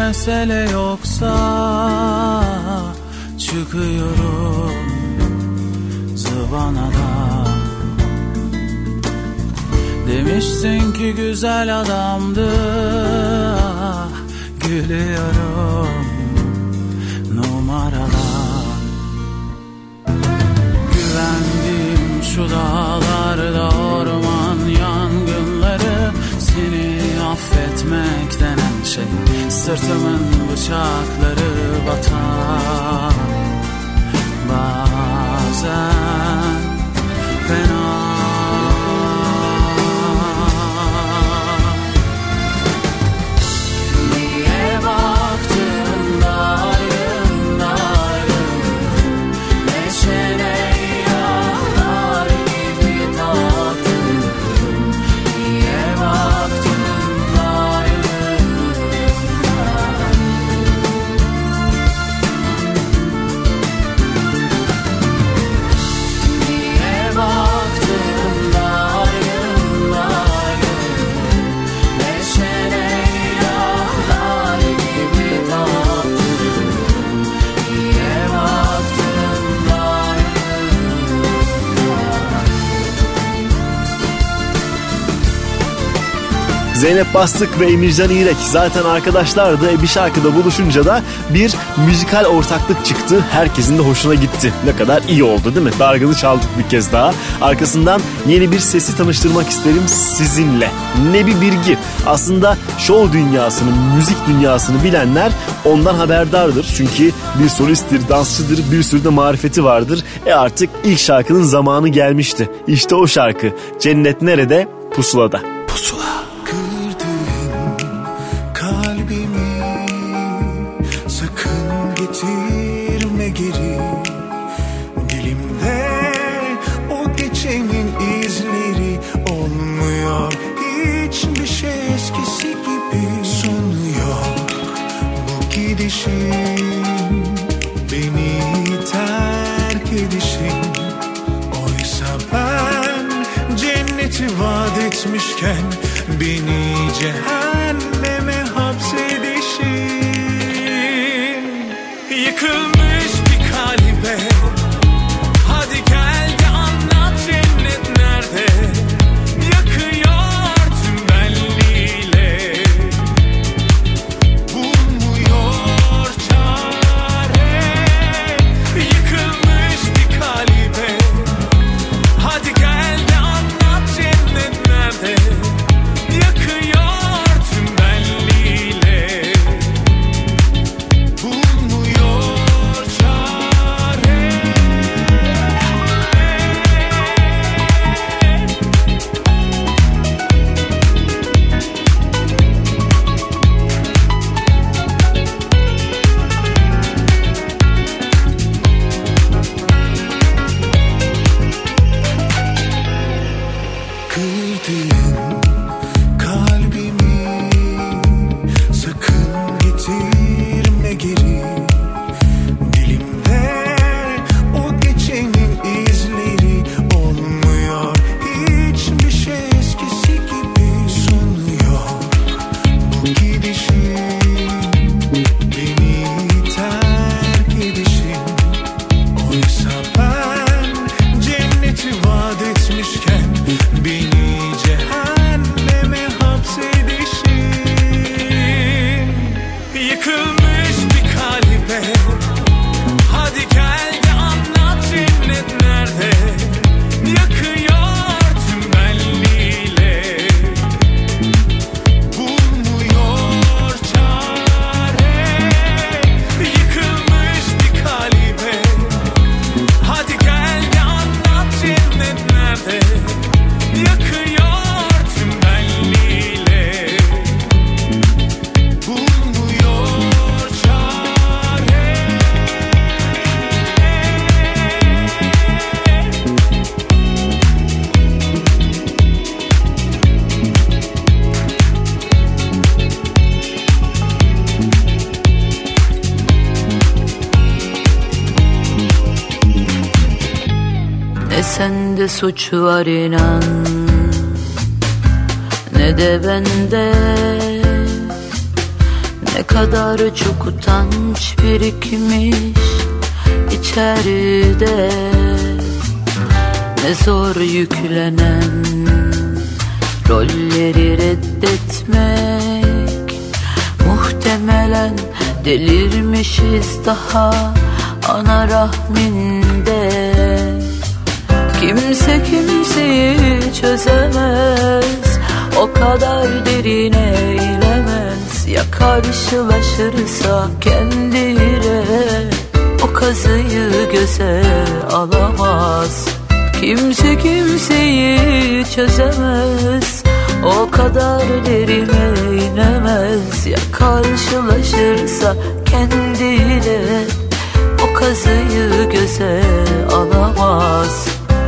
[SPEAKER 10] mesele yoksa çıkıyorum zıvanadan. Demiştin ki güzel adamdı, ah, gülüyorum numaradan. Güvendiğim şu dağlarda orman yangınları, seni affetmek denen şey sırtımın bıçakları batar bazen fena. Niye baktın da ayrın ayrın, neşene yağlar gibi tattın. Niye baktın da ayrın ayrın. Niye baktın da ayrın ayrın, neşene yağlar gibi tattın. Niye baktın da
[SPEAKER 2] Zeynep Bastık ve Emircan İrek zaten arkadaşlardı. Bir şarkıda buluşunca da bir müzikal ortaklık çıktı. Herkesin de hoşuna gitti. Ne kadar iyi oldu değil mi? Dargını çaldık bir kez daha. Arkasından yeni bir sesi tanıştırmak isterim sizinle. Nebi Birgi. Aslında show dünyasını, müzik dünyasını bilenler ondan haberdardır. Çünkü bir solisttir, dansçıdır, bir sürü de marifeti vardır. Artık ilk şarkının zamanı gelmişti. İşte o şarkı. Cennet nerede? Pusulada. Pusula.
[SPEAKER 3] Kalbimi sakın getirme geri. Dilimde o geçenin izleri olmuyor. Hiçbir şey eskisi gibi. Sonu yok bu gidişin, beni terk edişin. Oysa ben cenneti vaat etmişken beni cehenneme hapsedişin. Yıkılmış bir kalbe hadi gel de anlat, cennet nerede? Yakıyor tüm benliğiyle, bulmuyor çare. Yıkılmış bir kalbe hadi gel de anlat, cennet nerede? Yakıyor tüm benliğiyle, bulmuyor çare. Kırdın kalbimi, sakın getirme geri. Dilimde o geçenin izleri olmuyor. Hiçbir şey eskisi gibi. Sonu yok bu gidişin, beni terk edişin. Oysa ben cenneti vaat etmişken beni cehenneme hapsedişin. Yıkılmış bir kalbe hadi gel de anlat, cennet nerede? Yakıyor tüm benliğiyle, bulmuyor çare. Yıkılmış bir kalbe hadi gel de anlat, cennet nerede? Yakıyor tüm benliğiyle, bulmuyor çare.
[SPEAKER 12] Ne sende suç var inan, ne de bende. Ne kadar çok utanç birikmiş içeride, ne zor yüklenen rolleri reddetmek. Muhtemelen delirmişiz daha ana rahminde. Kimse kimseyi çözemez, o kadar derine inemez. Ya karşılaşırsa kendiyle, o kazıyı göze alamaz. Kimse kimseyi çözemez, o kadar derine inemez. Ya karşılaşırsa kendiyle, o kazıyı göze alamaz.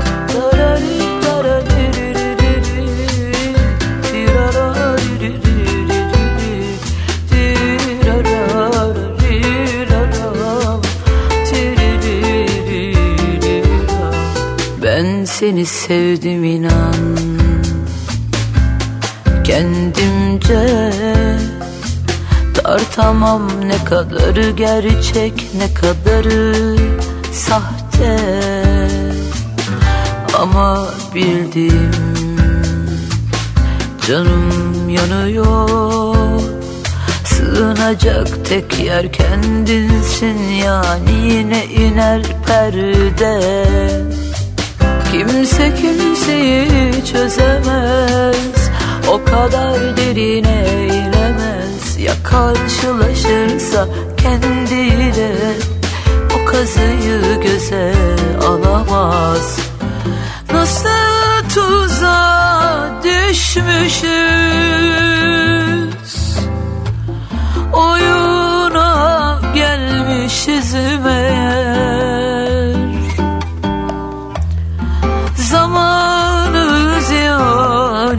[SPEAKER 12] Ben seni sevdim inan, kendimce tartamam ne kadarı gerçek, ne kadarı sahte. Ama bildim canım yanıyor, sığınacak tek yer kendinsin. Yani yine iner perde. Kimse kimseyi çözemez, o kadar derine inemez. Ya karşılaşırsa kendiyle, o kazıyı göze alamaz. Nasıl tuzağa düşmüşüz, oyuna gelmişiz meğer. Zamanı ziyan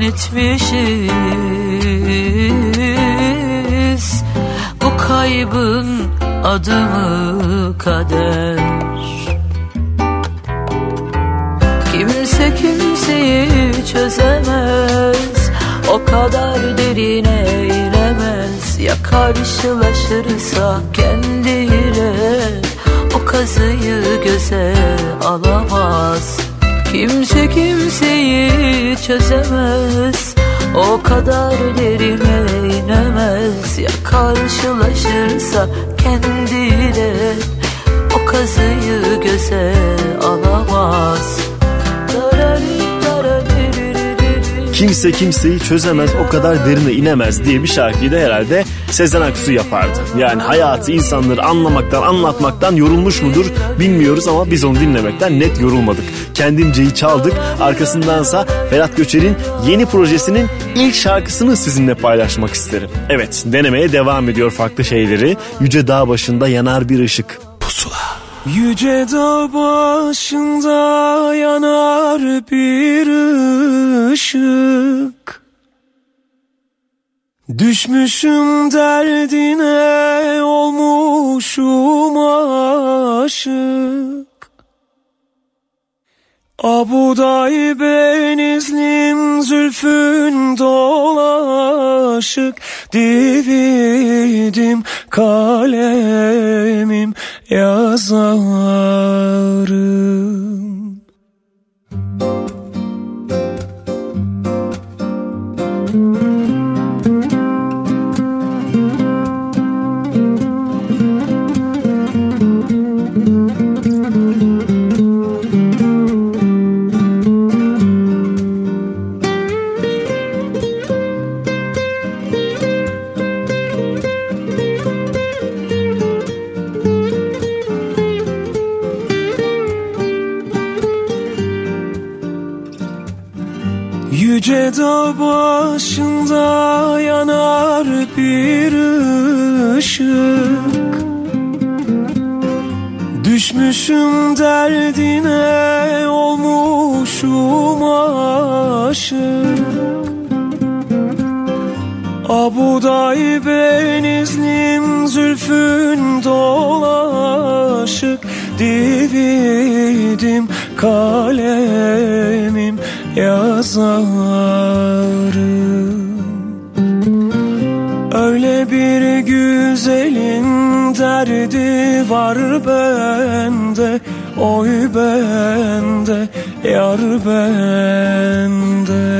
[SPEAKER 12] etmişiz, bu kaybın adı mı kader? Kimse kimseyi çözemez, o kadar derine inemez. Ya karşılaşırsa kendiyle, o kazıyı göze alamaz. Kimse kimseyi çözemez, o kadar derine inemez. Ya karşılaşırsa kendiyle, o kazıyı göze alamaz.
[SPEAKER 2] Kimse kimseyi çözemez, o kadar derine inemez diye bir şarkıyı da herhalde Sezen Aksu yapardı. Yani hayatı, insanları anlamaktan, anlatmaktan yorulmuş mudur bilmiyoruz ama biz onu dinlemekten net yorulmadık. Kendimceyi çaldık. Arkasındansa Ferhat Göçer'in yeni projesinin ilk şarkısını sizinle paylaşmak isterim. Evet, denemeye devam ediyor farklı şeyleri. Yüce dağ başında yanar bir ışık. Pusula.
[SPEAKER 13] Yüce dağ başında yanar bir ışık, düşmüşüm derdine, olmuşum aşık. Abuday benizlim, zülfün dolaşık. Dividim kalemim yazarım. Yüce dağ başında yanar bir ışık, düşmüşüm derdine, olmuşum aşık. Abuday benizlim, zülfün dolaşık. Dividim kalemim yazarım. Öyle bir gün güzelin derdi var bende, oy bende, yar bende.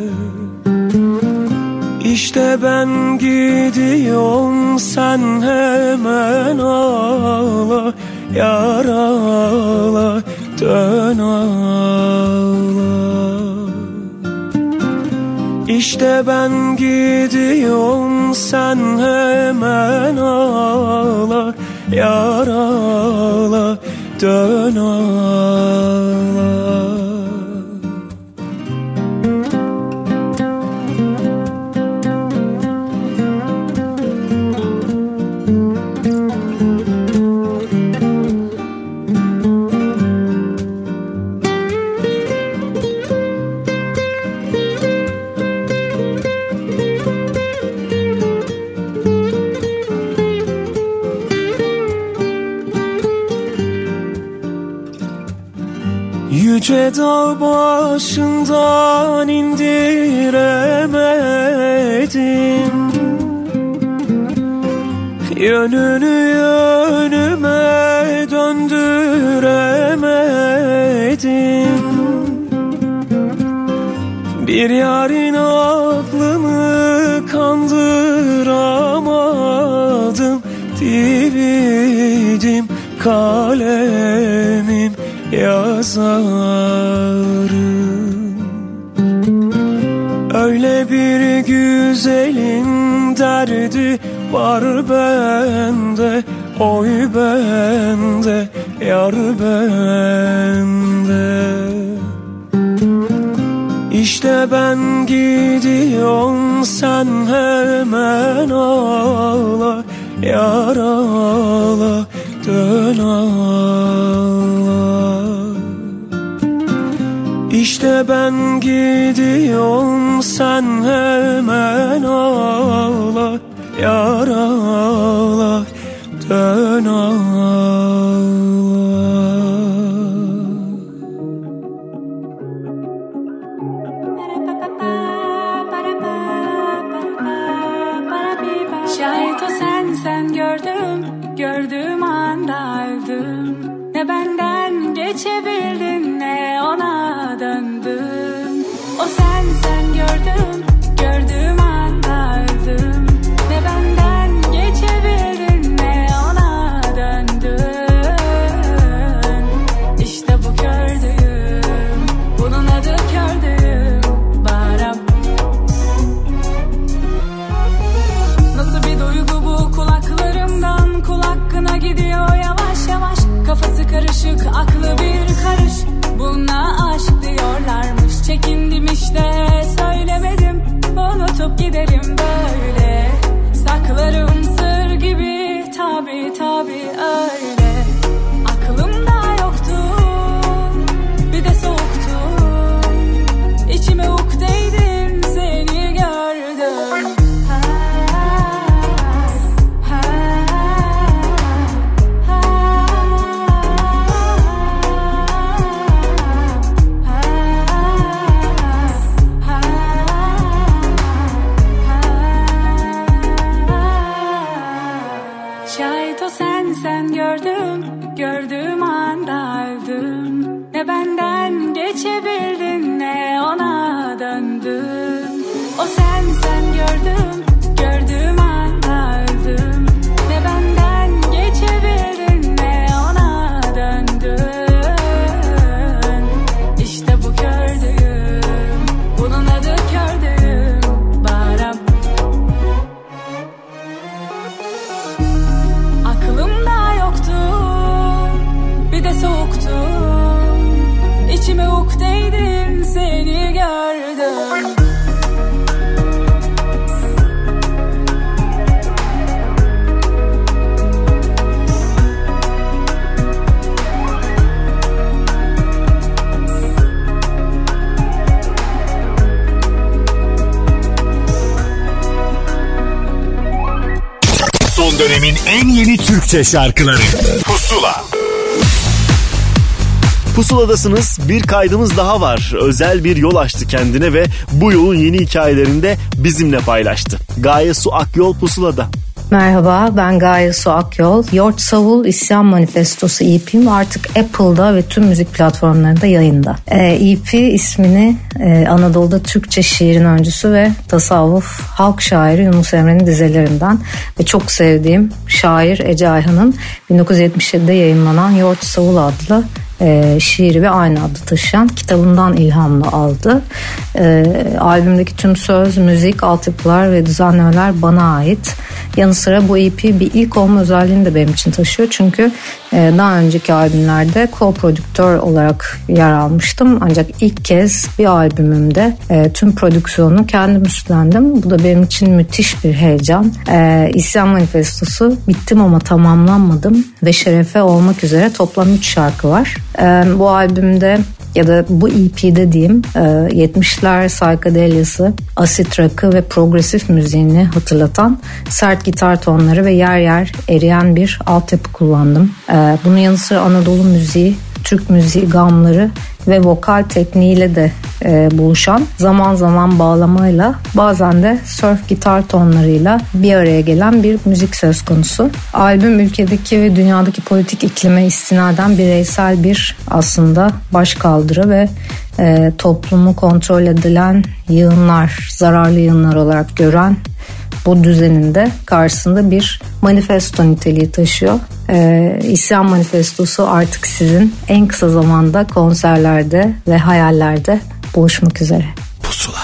[SPEAKER 13] İşte ben gidiyorum, sen hemen ağla, yar ağla, dön ağla. İşte ben gidiyorum, sen hemen ağla, yar ağla, dön ağla. Yüce dağ başından indiremedim, yönünü yönüme döndüremedim. Bir yarın aklımı kandıramadım, dividim kalemim yazarım. Öyle bir güzelin derdi var bende, oy bende, yar bende. İşte ben gidiyorum, sen hemen ağla, yar ağla, dön ağla. İşte ben gidiyorum, sen hemen ağla, yar ağla, dön ağla.
[SPEAKER 8] Şayet o sen gördüm, gördüğüm anda öldüm. Ne benden geçebildin ne ona döndüm. O sen gördüm, gördüğüm anda öldüm. Ne benden geçebildin ne ona döndün. İşte bu kördüğüm, bunun adı kördüğüm Baram. Nasıl bir duygu bu, kulaklarımdan kul hakkına gidiyor yavaş yavaş. Kafası karışık, aklı bir karış. Buna aşk diyorlarmış. Çekindim işte, söylemedim. Unutup giderim böyle. Saklarım sır gibi, tabi öyle. Aklımda yoktun, bir de soğuktun. İçime ukdeydin, seni gördüm. Şayet o sen gördüm, gördüğüm anda öldüm. Ne benden geçebildin ne ona döndüm. O sen gördüm, gördüğüm anda öldüm. Ne benden geçebildin ne ona döndün. İşte bu kördüğüm, bunun adı kördüğüm Baram. Aklımda yoktun, bir de soğuktun. İçime ukdeydin, seni gördüm.
[SPEAKER 1] Son dönemin en yeni Türkçe şarkıları Pusula.
[SPEAKER 2] Pusuladasınız, bir kaydımız daha var. Özel bir yol açtı kendine ve bu yolun yeni hikayelerini de bizimle paylaştı. Gaye Su Akyol Pusula'da.
[SPEAKER 14] Merhaba, ben Gaye Su Akyol. Yort Savul İsyan Manifestosu EP'm artık Apple'da ve tüm müzik platformlarında yayında. EP ismini Anadolu'da Türkçe şiirin öncüsü ve tasavvuf halk şairi Yunus Emre'nin dizelerinden ve çok sevdiğim şair Ece Ayhan'ın 1977'de yayınlanan Yort Savul adlı şiiri ve aynı adı taşıyan kitabından ilhamını aldı. Albümdeki tüm söz, müzik, altyapılar ve düzenlemeler bana ait. Yanı sıra bu EP bir ilk olma özelliğini de benim için taşıyor. Çünkü daha önceki albümlerde co-prodüktör olarak yer almıştım. Ancak ilk kez bir albümümde tüm prodüksiyonu kendim üstlendim. Bu da benim için müthiş bir heyecan. İsyan Manifestosu bittim ama tamamlanmadım ve Şerefe olmak üzere toplam 3 şarkı var. Bu albümde ya da bu EP'de diyeyim 70'ler psychedelica'sı, asit rock'ı ve progresif müziğini hatırlatan sert gitar tonları ve yer yer eriyen bir altyapı kullandım. Bunun yanı sıra Anadolu müziği, Türk müziği gamları ve vokal tekniğiyle de buluşan, zaman zaman bağlamayla, bazen de surf gitar tonlarıyla bir araya gelen bir müzik söz konusu. Albüm ülkedeki ve dünyadaki politik iklime istinaden bireysel bir aslında başkaldırı ve toplumu kontrol edilen yığınlar, zararlı yığınlar olarak gören bu düzenin de karşısında bir manifesto niteliği taşıyor. İsyan Manifestosu artık sizin en kısa zamanda konserlerde ve hayallerde buluşmak üzere.
[SPEAKER 1] Pusula.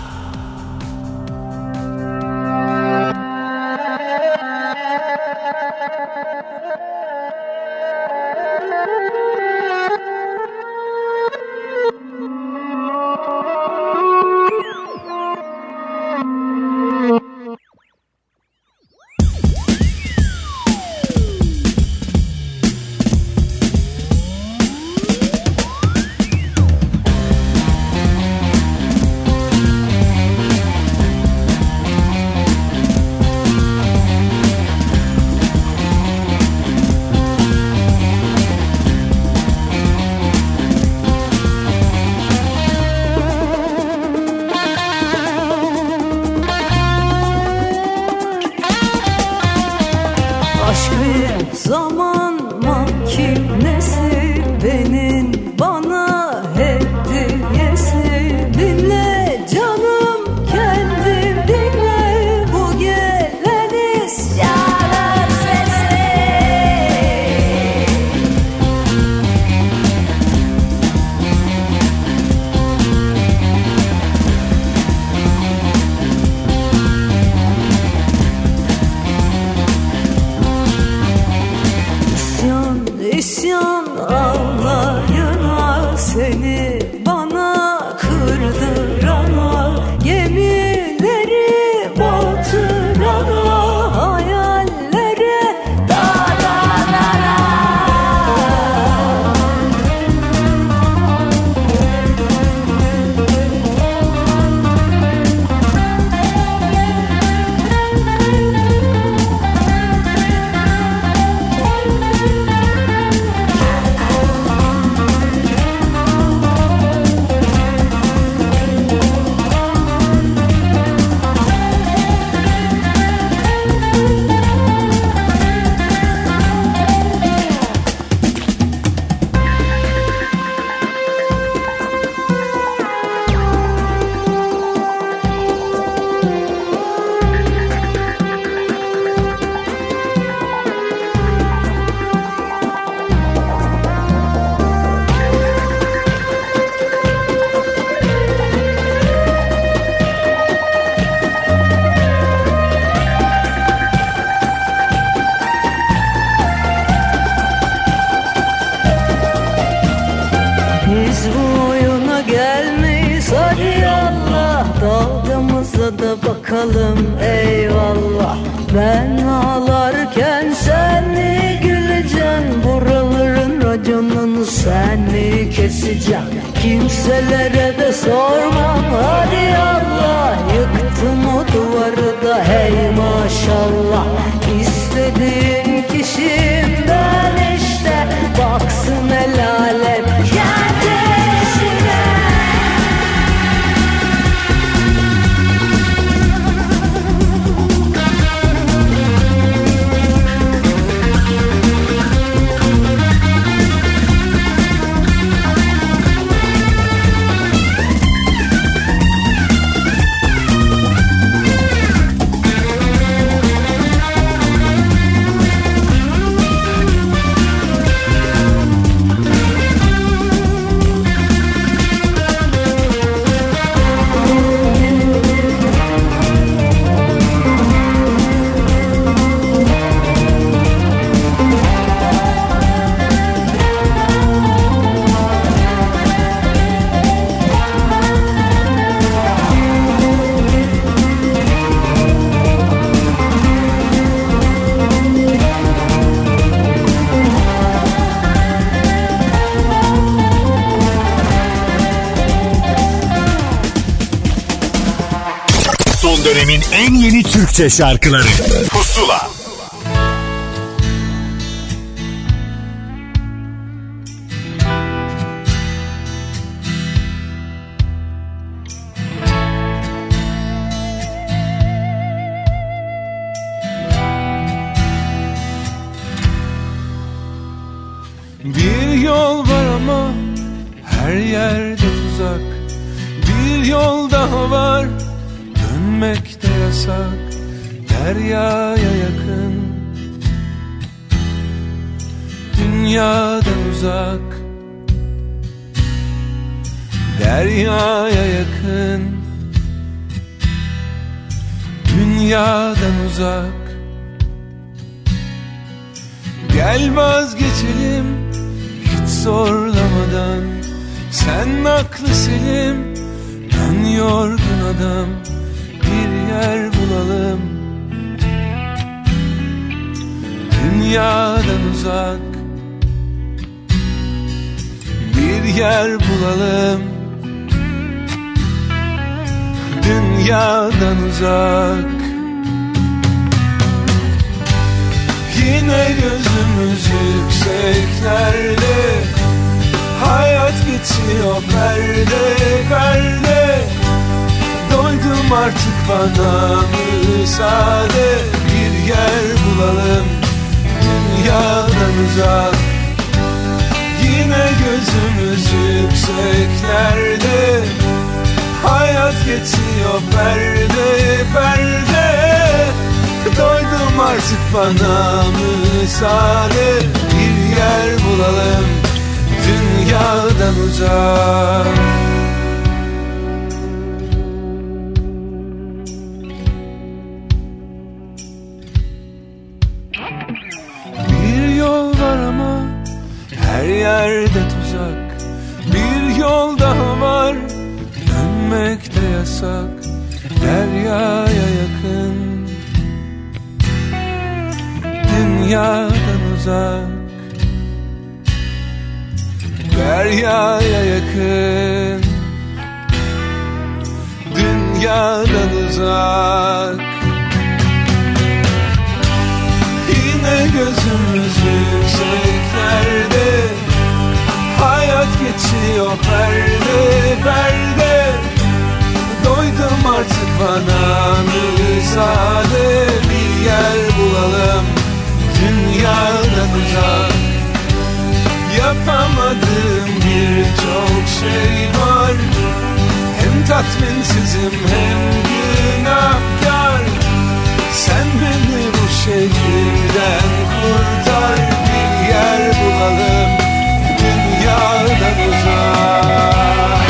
[SPEAKER 12] bakalım eyvallah. Ben ağlarken sen mi güleceksin? Buraların raconunu sen mi keseceksin? Kimselere de sormam hadi Allah. Yıktım o duvarı da hey maşallah. İstediğin kişimden işte baksın el alem.
[SPEAKER 1] Son dönemin en yeni Türkçe şarkıları Pusula.
[SPEAKER 6] Bir yol var ama her yerde tuzak. Bir yol daha var, dönmek de yasak. Deryaya yakın, dünyadan uzak. Deryaya yakın, dünyadan uzak. Gel vazgeçelim hiç zorlamadan. Sen aklı selim, ben yorgun adam. Bir yer bulalım, dünyadan uzak. Bir yer bulalım, dünyadan uzak. Yine gözümüz yükseklerde, hayat geçiyor perde perde. Doydum artık, bana müsaade. Bir yer bulalım, dünyadan uzak. Yine gözümüz yükseklerde, hayat geçiyor perde perde. Doydum artık, bana müsaade. Bir yer bulalım, dünyadan uzak. Bir yol var ama her yerde tuzak. Bir yol daha var, dönmek de yasak. Deryaya yakın, dünyadan uzak. Deryaya yakın, dünyadan uzak. Yine gözümüz yükseklerde, hayat geçiyor perde perde. Doydum artık, bana müsaade. Bir yer bulalım, dünyadan uzak. Yapamadığım birçok şey var. Hem tatminsizim hem günahkar. Sen beni bu şehirden kurtar. Bir yer bulalım, dünyadan uzak.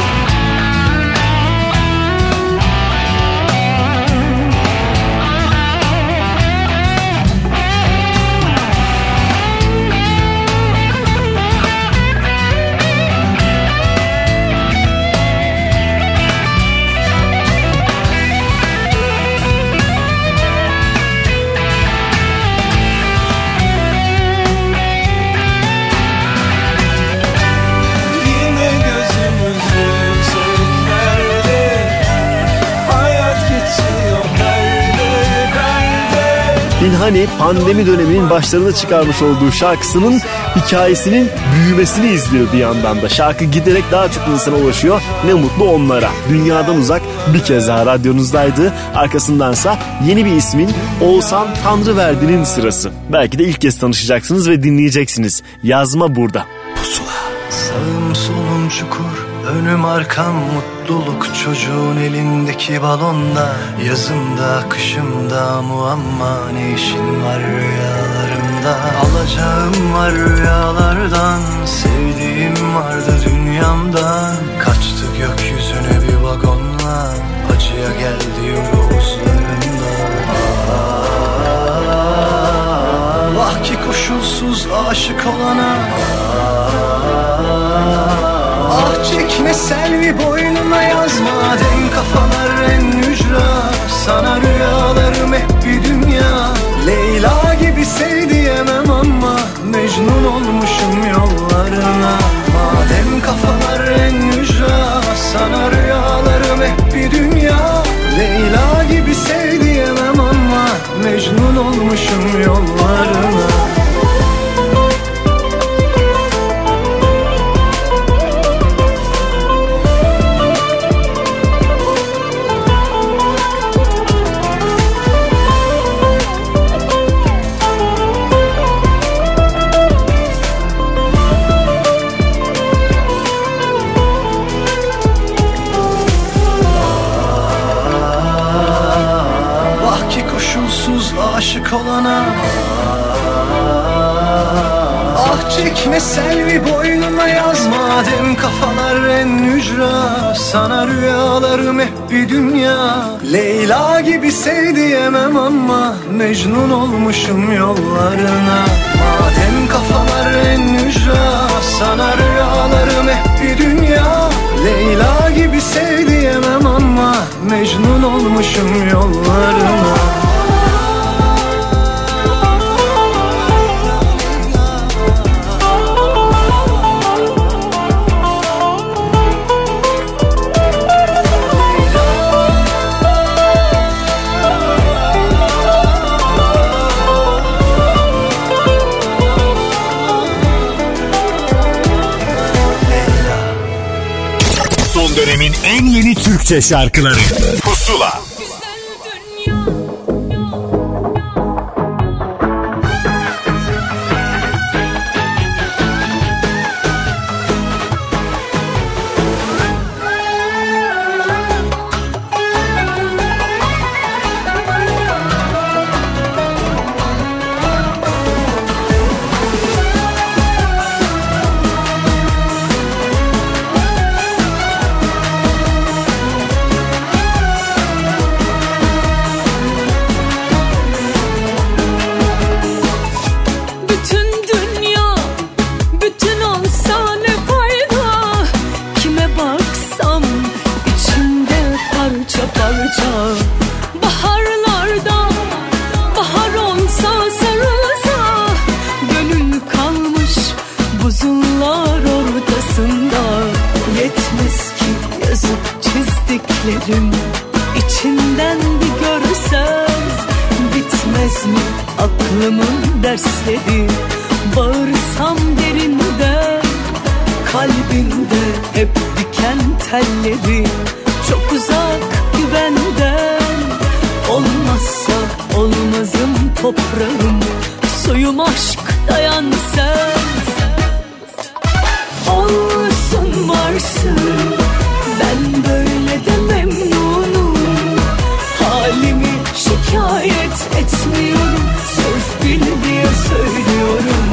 [SPEAKER 2] Pinhani pandemi döneminin başlarında çıkarmış olduğu şarkısının hikayesinin büyümesini izliyor bir yandan da. Şarkı giderek daha çok insana ulaşıyor. Ne mutlu onlara. Dünyadan uzak bir kez daha radyonuzdaydı. Arkasındansa yeni bir ismin Oğuzhan Tanrıverdi'nin sırası. Belki de ilk kez tanışacaksınız ve dinleyeceksiniz. Yazma burada. Pusula.
[SPEAKER 15] Sağım solum çukur, önüm arkam mutluluk. Çocuğun elindeki balonda, yazımda kışımda muamma. Ne işin var rüyalarımda? Alacağım var rüyalardan, sevdiğim vardı dünyamdan. Kaçtı gökyüzüne bir vagonla, acıya gel diyor omuzlarımda. Vah ki koşulsuz aşık olana, ah çekme selvi boynuna yazma. Dem kafalar en ücra, sana rüyalarım hep bir dünya. Leyla gibi sev diyemem ama Mecnun olmuşum yollarına. Madem kafalar en ücra, sana rüyalarım hep bir dünya. Leyla gibi sev çekme selvi boynuna yaz madem kafalar en ücra. Sana rüyalarım hep bir dünya. Leyla gibi sev diyemem ama Mecnun olmuşum yollarına. Madem kafalar en ücra, sana rüyalarım hep bir dünya. Leyla gibi sev diyemem ama Mecnun olmuşum yollarına.
[SPEAKER 1] Son dönemin en yeni Türkçe şarkıları Pusula.
[SPEAKER 16] İçinden bir görsen bitmez mi aklımın dersleri? Bağırsam derinden, kalbimde hep diken telleri. Çok uzak güvenden, olmazsa olmazım toprağım. Suyum aşk, dayan sen. Olsun varsın, ben böyle de memnunum. Halimi şikayet etmiyorum, sırf bil diye söylüyorum.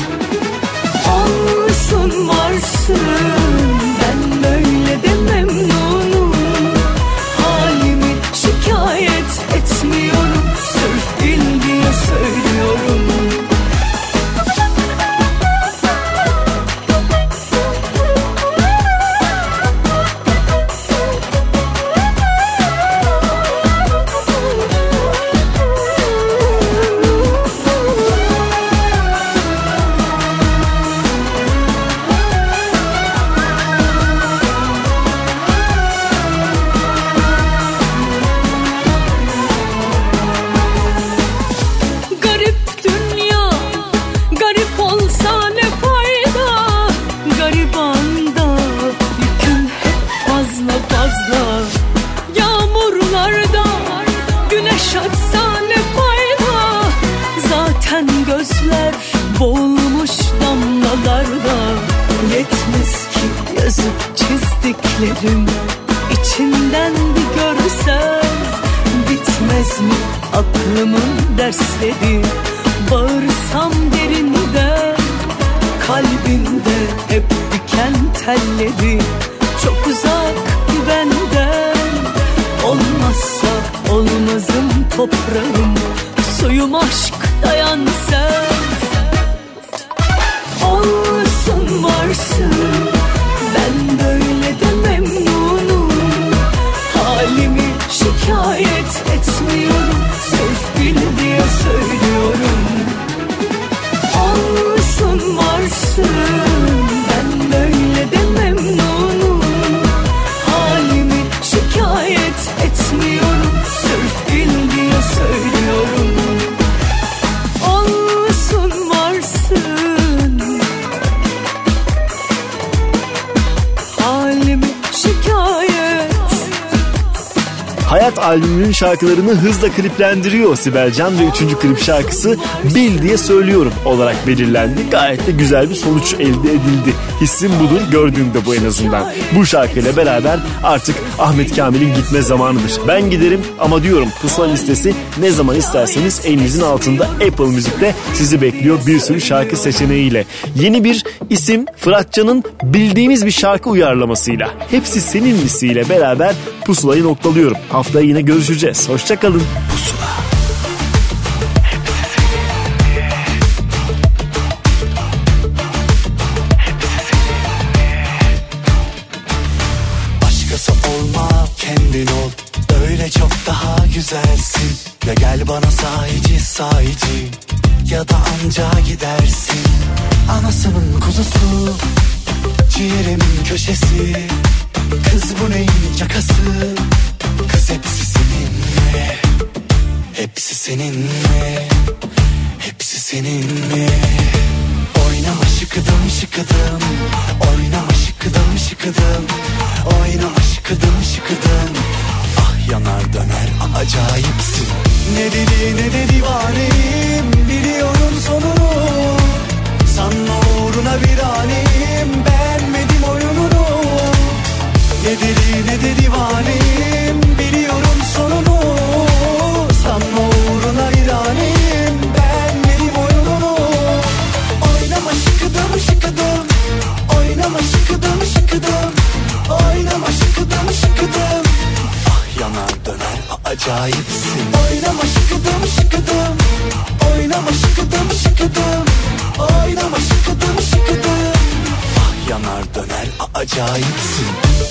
[SPEAKER 16] Olsun varsın, ben böyle de memnunum. Halimi şikayet etmiyorum, sırf bil diye söylüyorum. Boğulmuş damlalarda, yetmez ki yazıp çizdiklerim. İçinden bir görsen bitmez mi aklımın dersleri? Bağırsam derinden, kalbimde hep diken telleri. Çok uzak güvenden, olmazsa olmazım toprağım. Suyum aşk, dayan sen. Olsun varsın, ben böyle de memnunum. Halimi şikayet etmiyorum, sırf bil diye söylüyorum. Olsun varsın, ben böyle de memnunum. Halimi şikayet etmiyorum, sırf bil diye söylüyorum. Olsun varsın,
[SPEAKER 2] Mert albümünün şarkılarını hızla kliplendiriyor Sibel Can ve 3. klip şarkısı Bil diye söylüyorum olarak belirlendi. Gayet de güzel bir sonuç elde edildi. Hissim budur, gördüğümde bu en azından. Bu şarkıyla beraber artık Ahmet Kamil'in gitme zamanıdır. Ben giderim ama diyorum Pusula listesi ne zaman isterseniz elinizin altında Apple Müzik'te sizi bekliyor bir sürü şarkı seçeneğiyle. Yeni bir isim Fıratcan'ın bildiğimiz bir şarkı uyarlamasıyla Hepsi Senin listesiyle beraber Pusula'yı noktalıyorum. Haftaya yine görüşeceğiz. Hoşçakalın. Pusula.
[SPEAKER 15] Başkası olma, kendin ol. Öyle çok daha güzelsin. Ya gel bana sahici ya da anca gidersin. Anasının kuzusu, ciğerimin köşesi. Kız bu neyin cakası? Kız hepsi seninle, hepsi seninle, hepsi seninle. Oynama şıkıdım şıkıdım, oynama şıkıdım şıkıdım, oynama şıkıdım şıkıdım. Ah yanar döner acayipsin. Ne deli ne de divaneyim, biliyorum sonunu. Sanma uğruna bir aneyim, beğenmedim oyununu. Ne deli ne de divaneyim, biliyorum sonunu. Sanma uğruna bir aneyim, beğenmedim oyununu. Oynama şıkıdım şıkıdım, oynama şıkıdım şıkıdım, oynama şıkıdım şıkıdım. Ah yanar döner acayipsin. Oynama şıkıdım şıkıdım, oynama şıkıdım şıkıdım, oynama şıkıdım şıkıdım. Ah yanar döner acayipsin.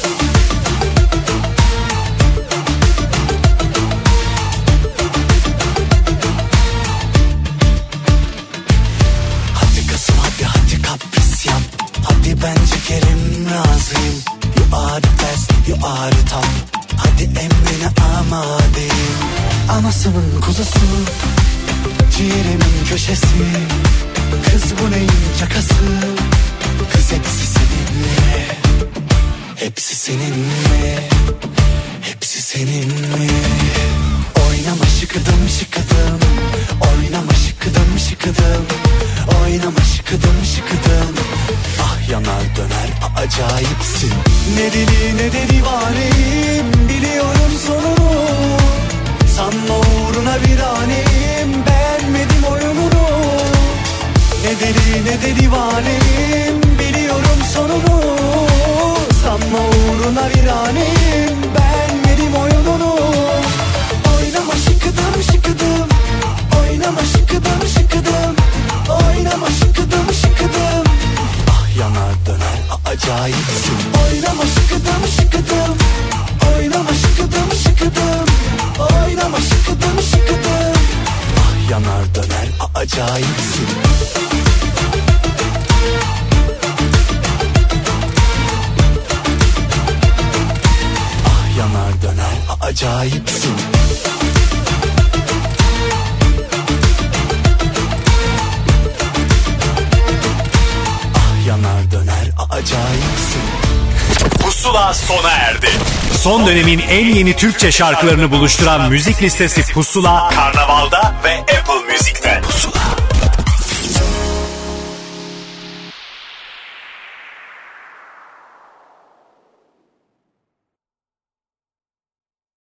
[SPEAKER 15] Hadi kızım hadi kapris yap. Hadi ben çekerim razıyım. You are the best, you are the top. Hadi emrine amadeyim. Anasının kuzusu, ciğerimin köşesi. Kız bu neyin cakası? Kız hepsi seninle, hepsi seninle, hepsi seninle. Oynama şıkıdım şıkıdım, oynama şıkıdım şıkıdım, oynama şıkıdım şıkıdım. Ah yanar döner acayipsin. Ne deli ne de divaneyim, biliyorum sonunu. Sanma uğruna bir aneyim, beğenmedim oyununu. Ne deli ne de divaneyim, biliyorum sonunu. Sanma uğruna bir aneyim, beğenmedim oyununu. Oynama şıkıdım şıkıdım, oynama şıkıdım şıkıdım, oynama şıkıdım şıkıdım. Ah yanar döner acayipsin. Oynama şıkıdım şıkıdım, oynama şıkıdım şıkıdım, oynama şıkıdım şıkıdım. Ah yanar döner acayipsin. Ah yanar döner acayipsin. Ah yanar döner acayipsin.
[SPEAKER 1] Pusula sona erdi. Son dönemin en yeni Türkçe şarkılarını buluşturan müzik listesi Pusula, Karnaval'da ve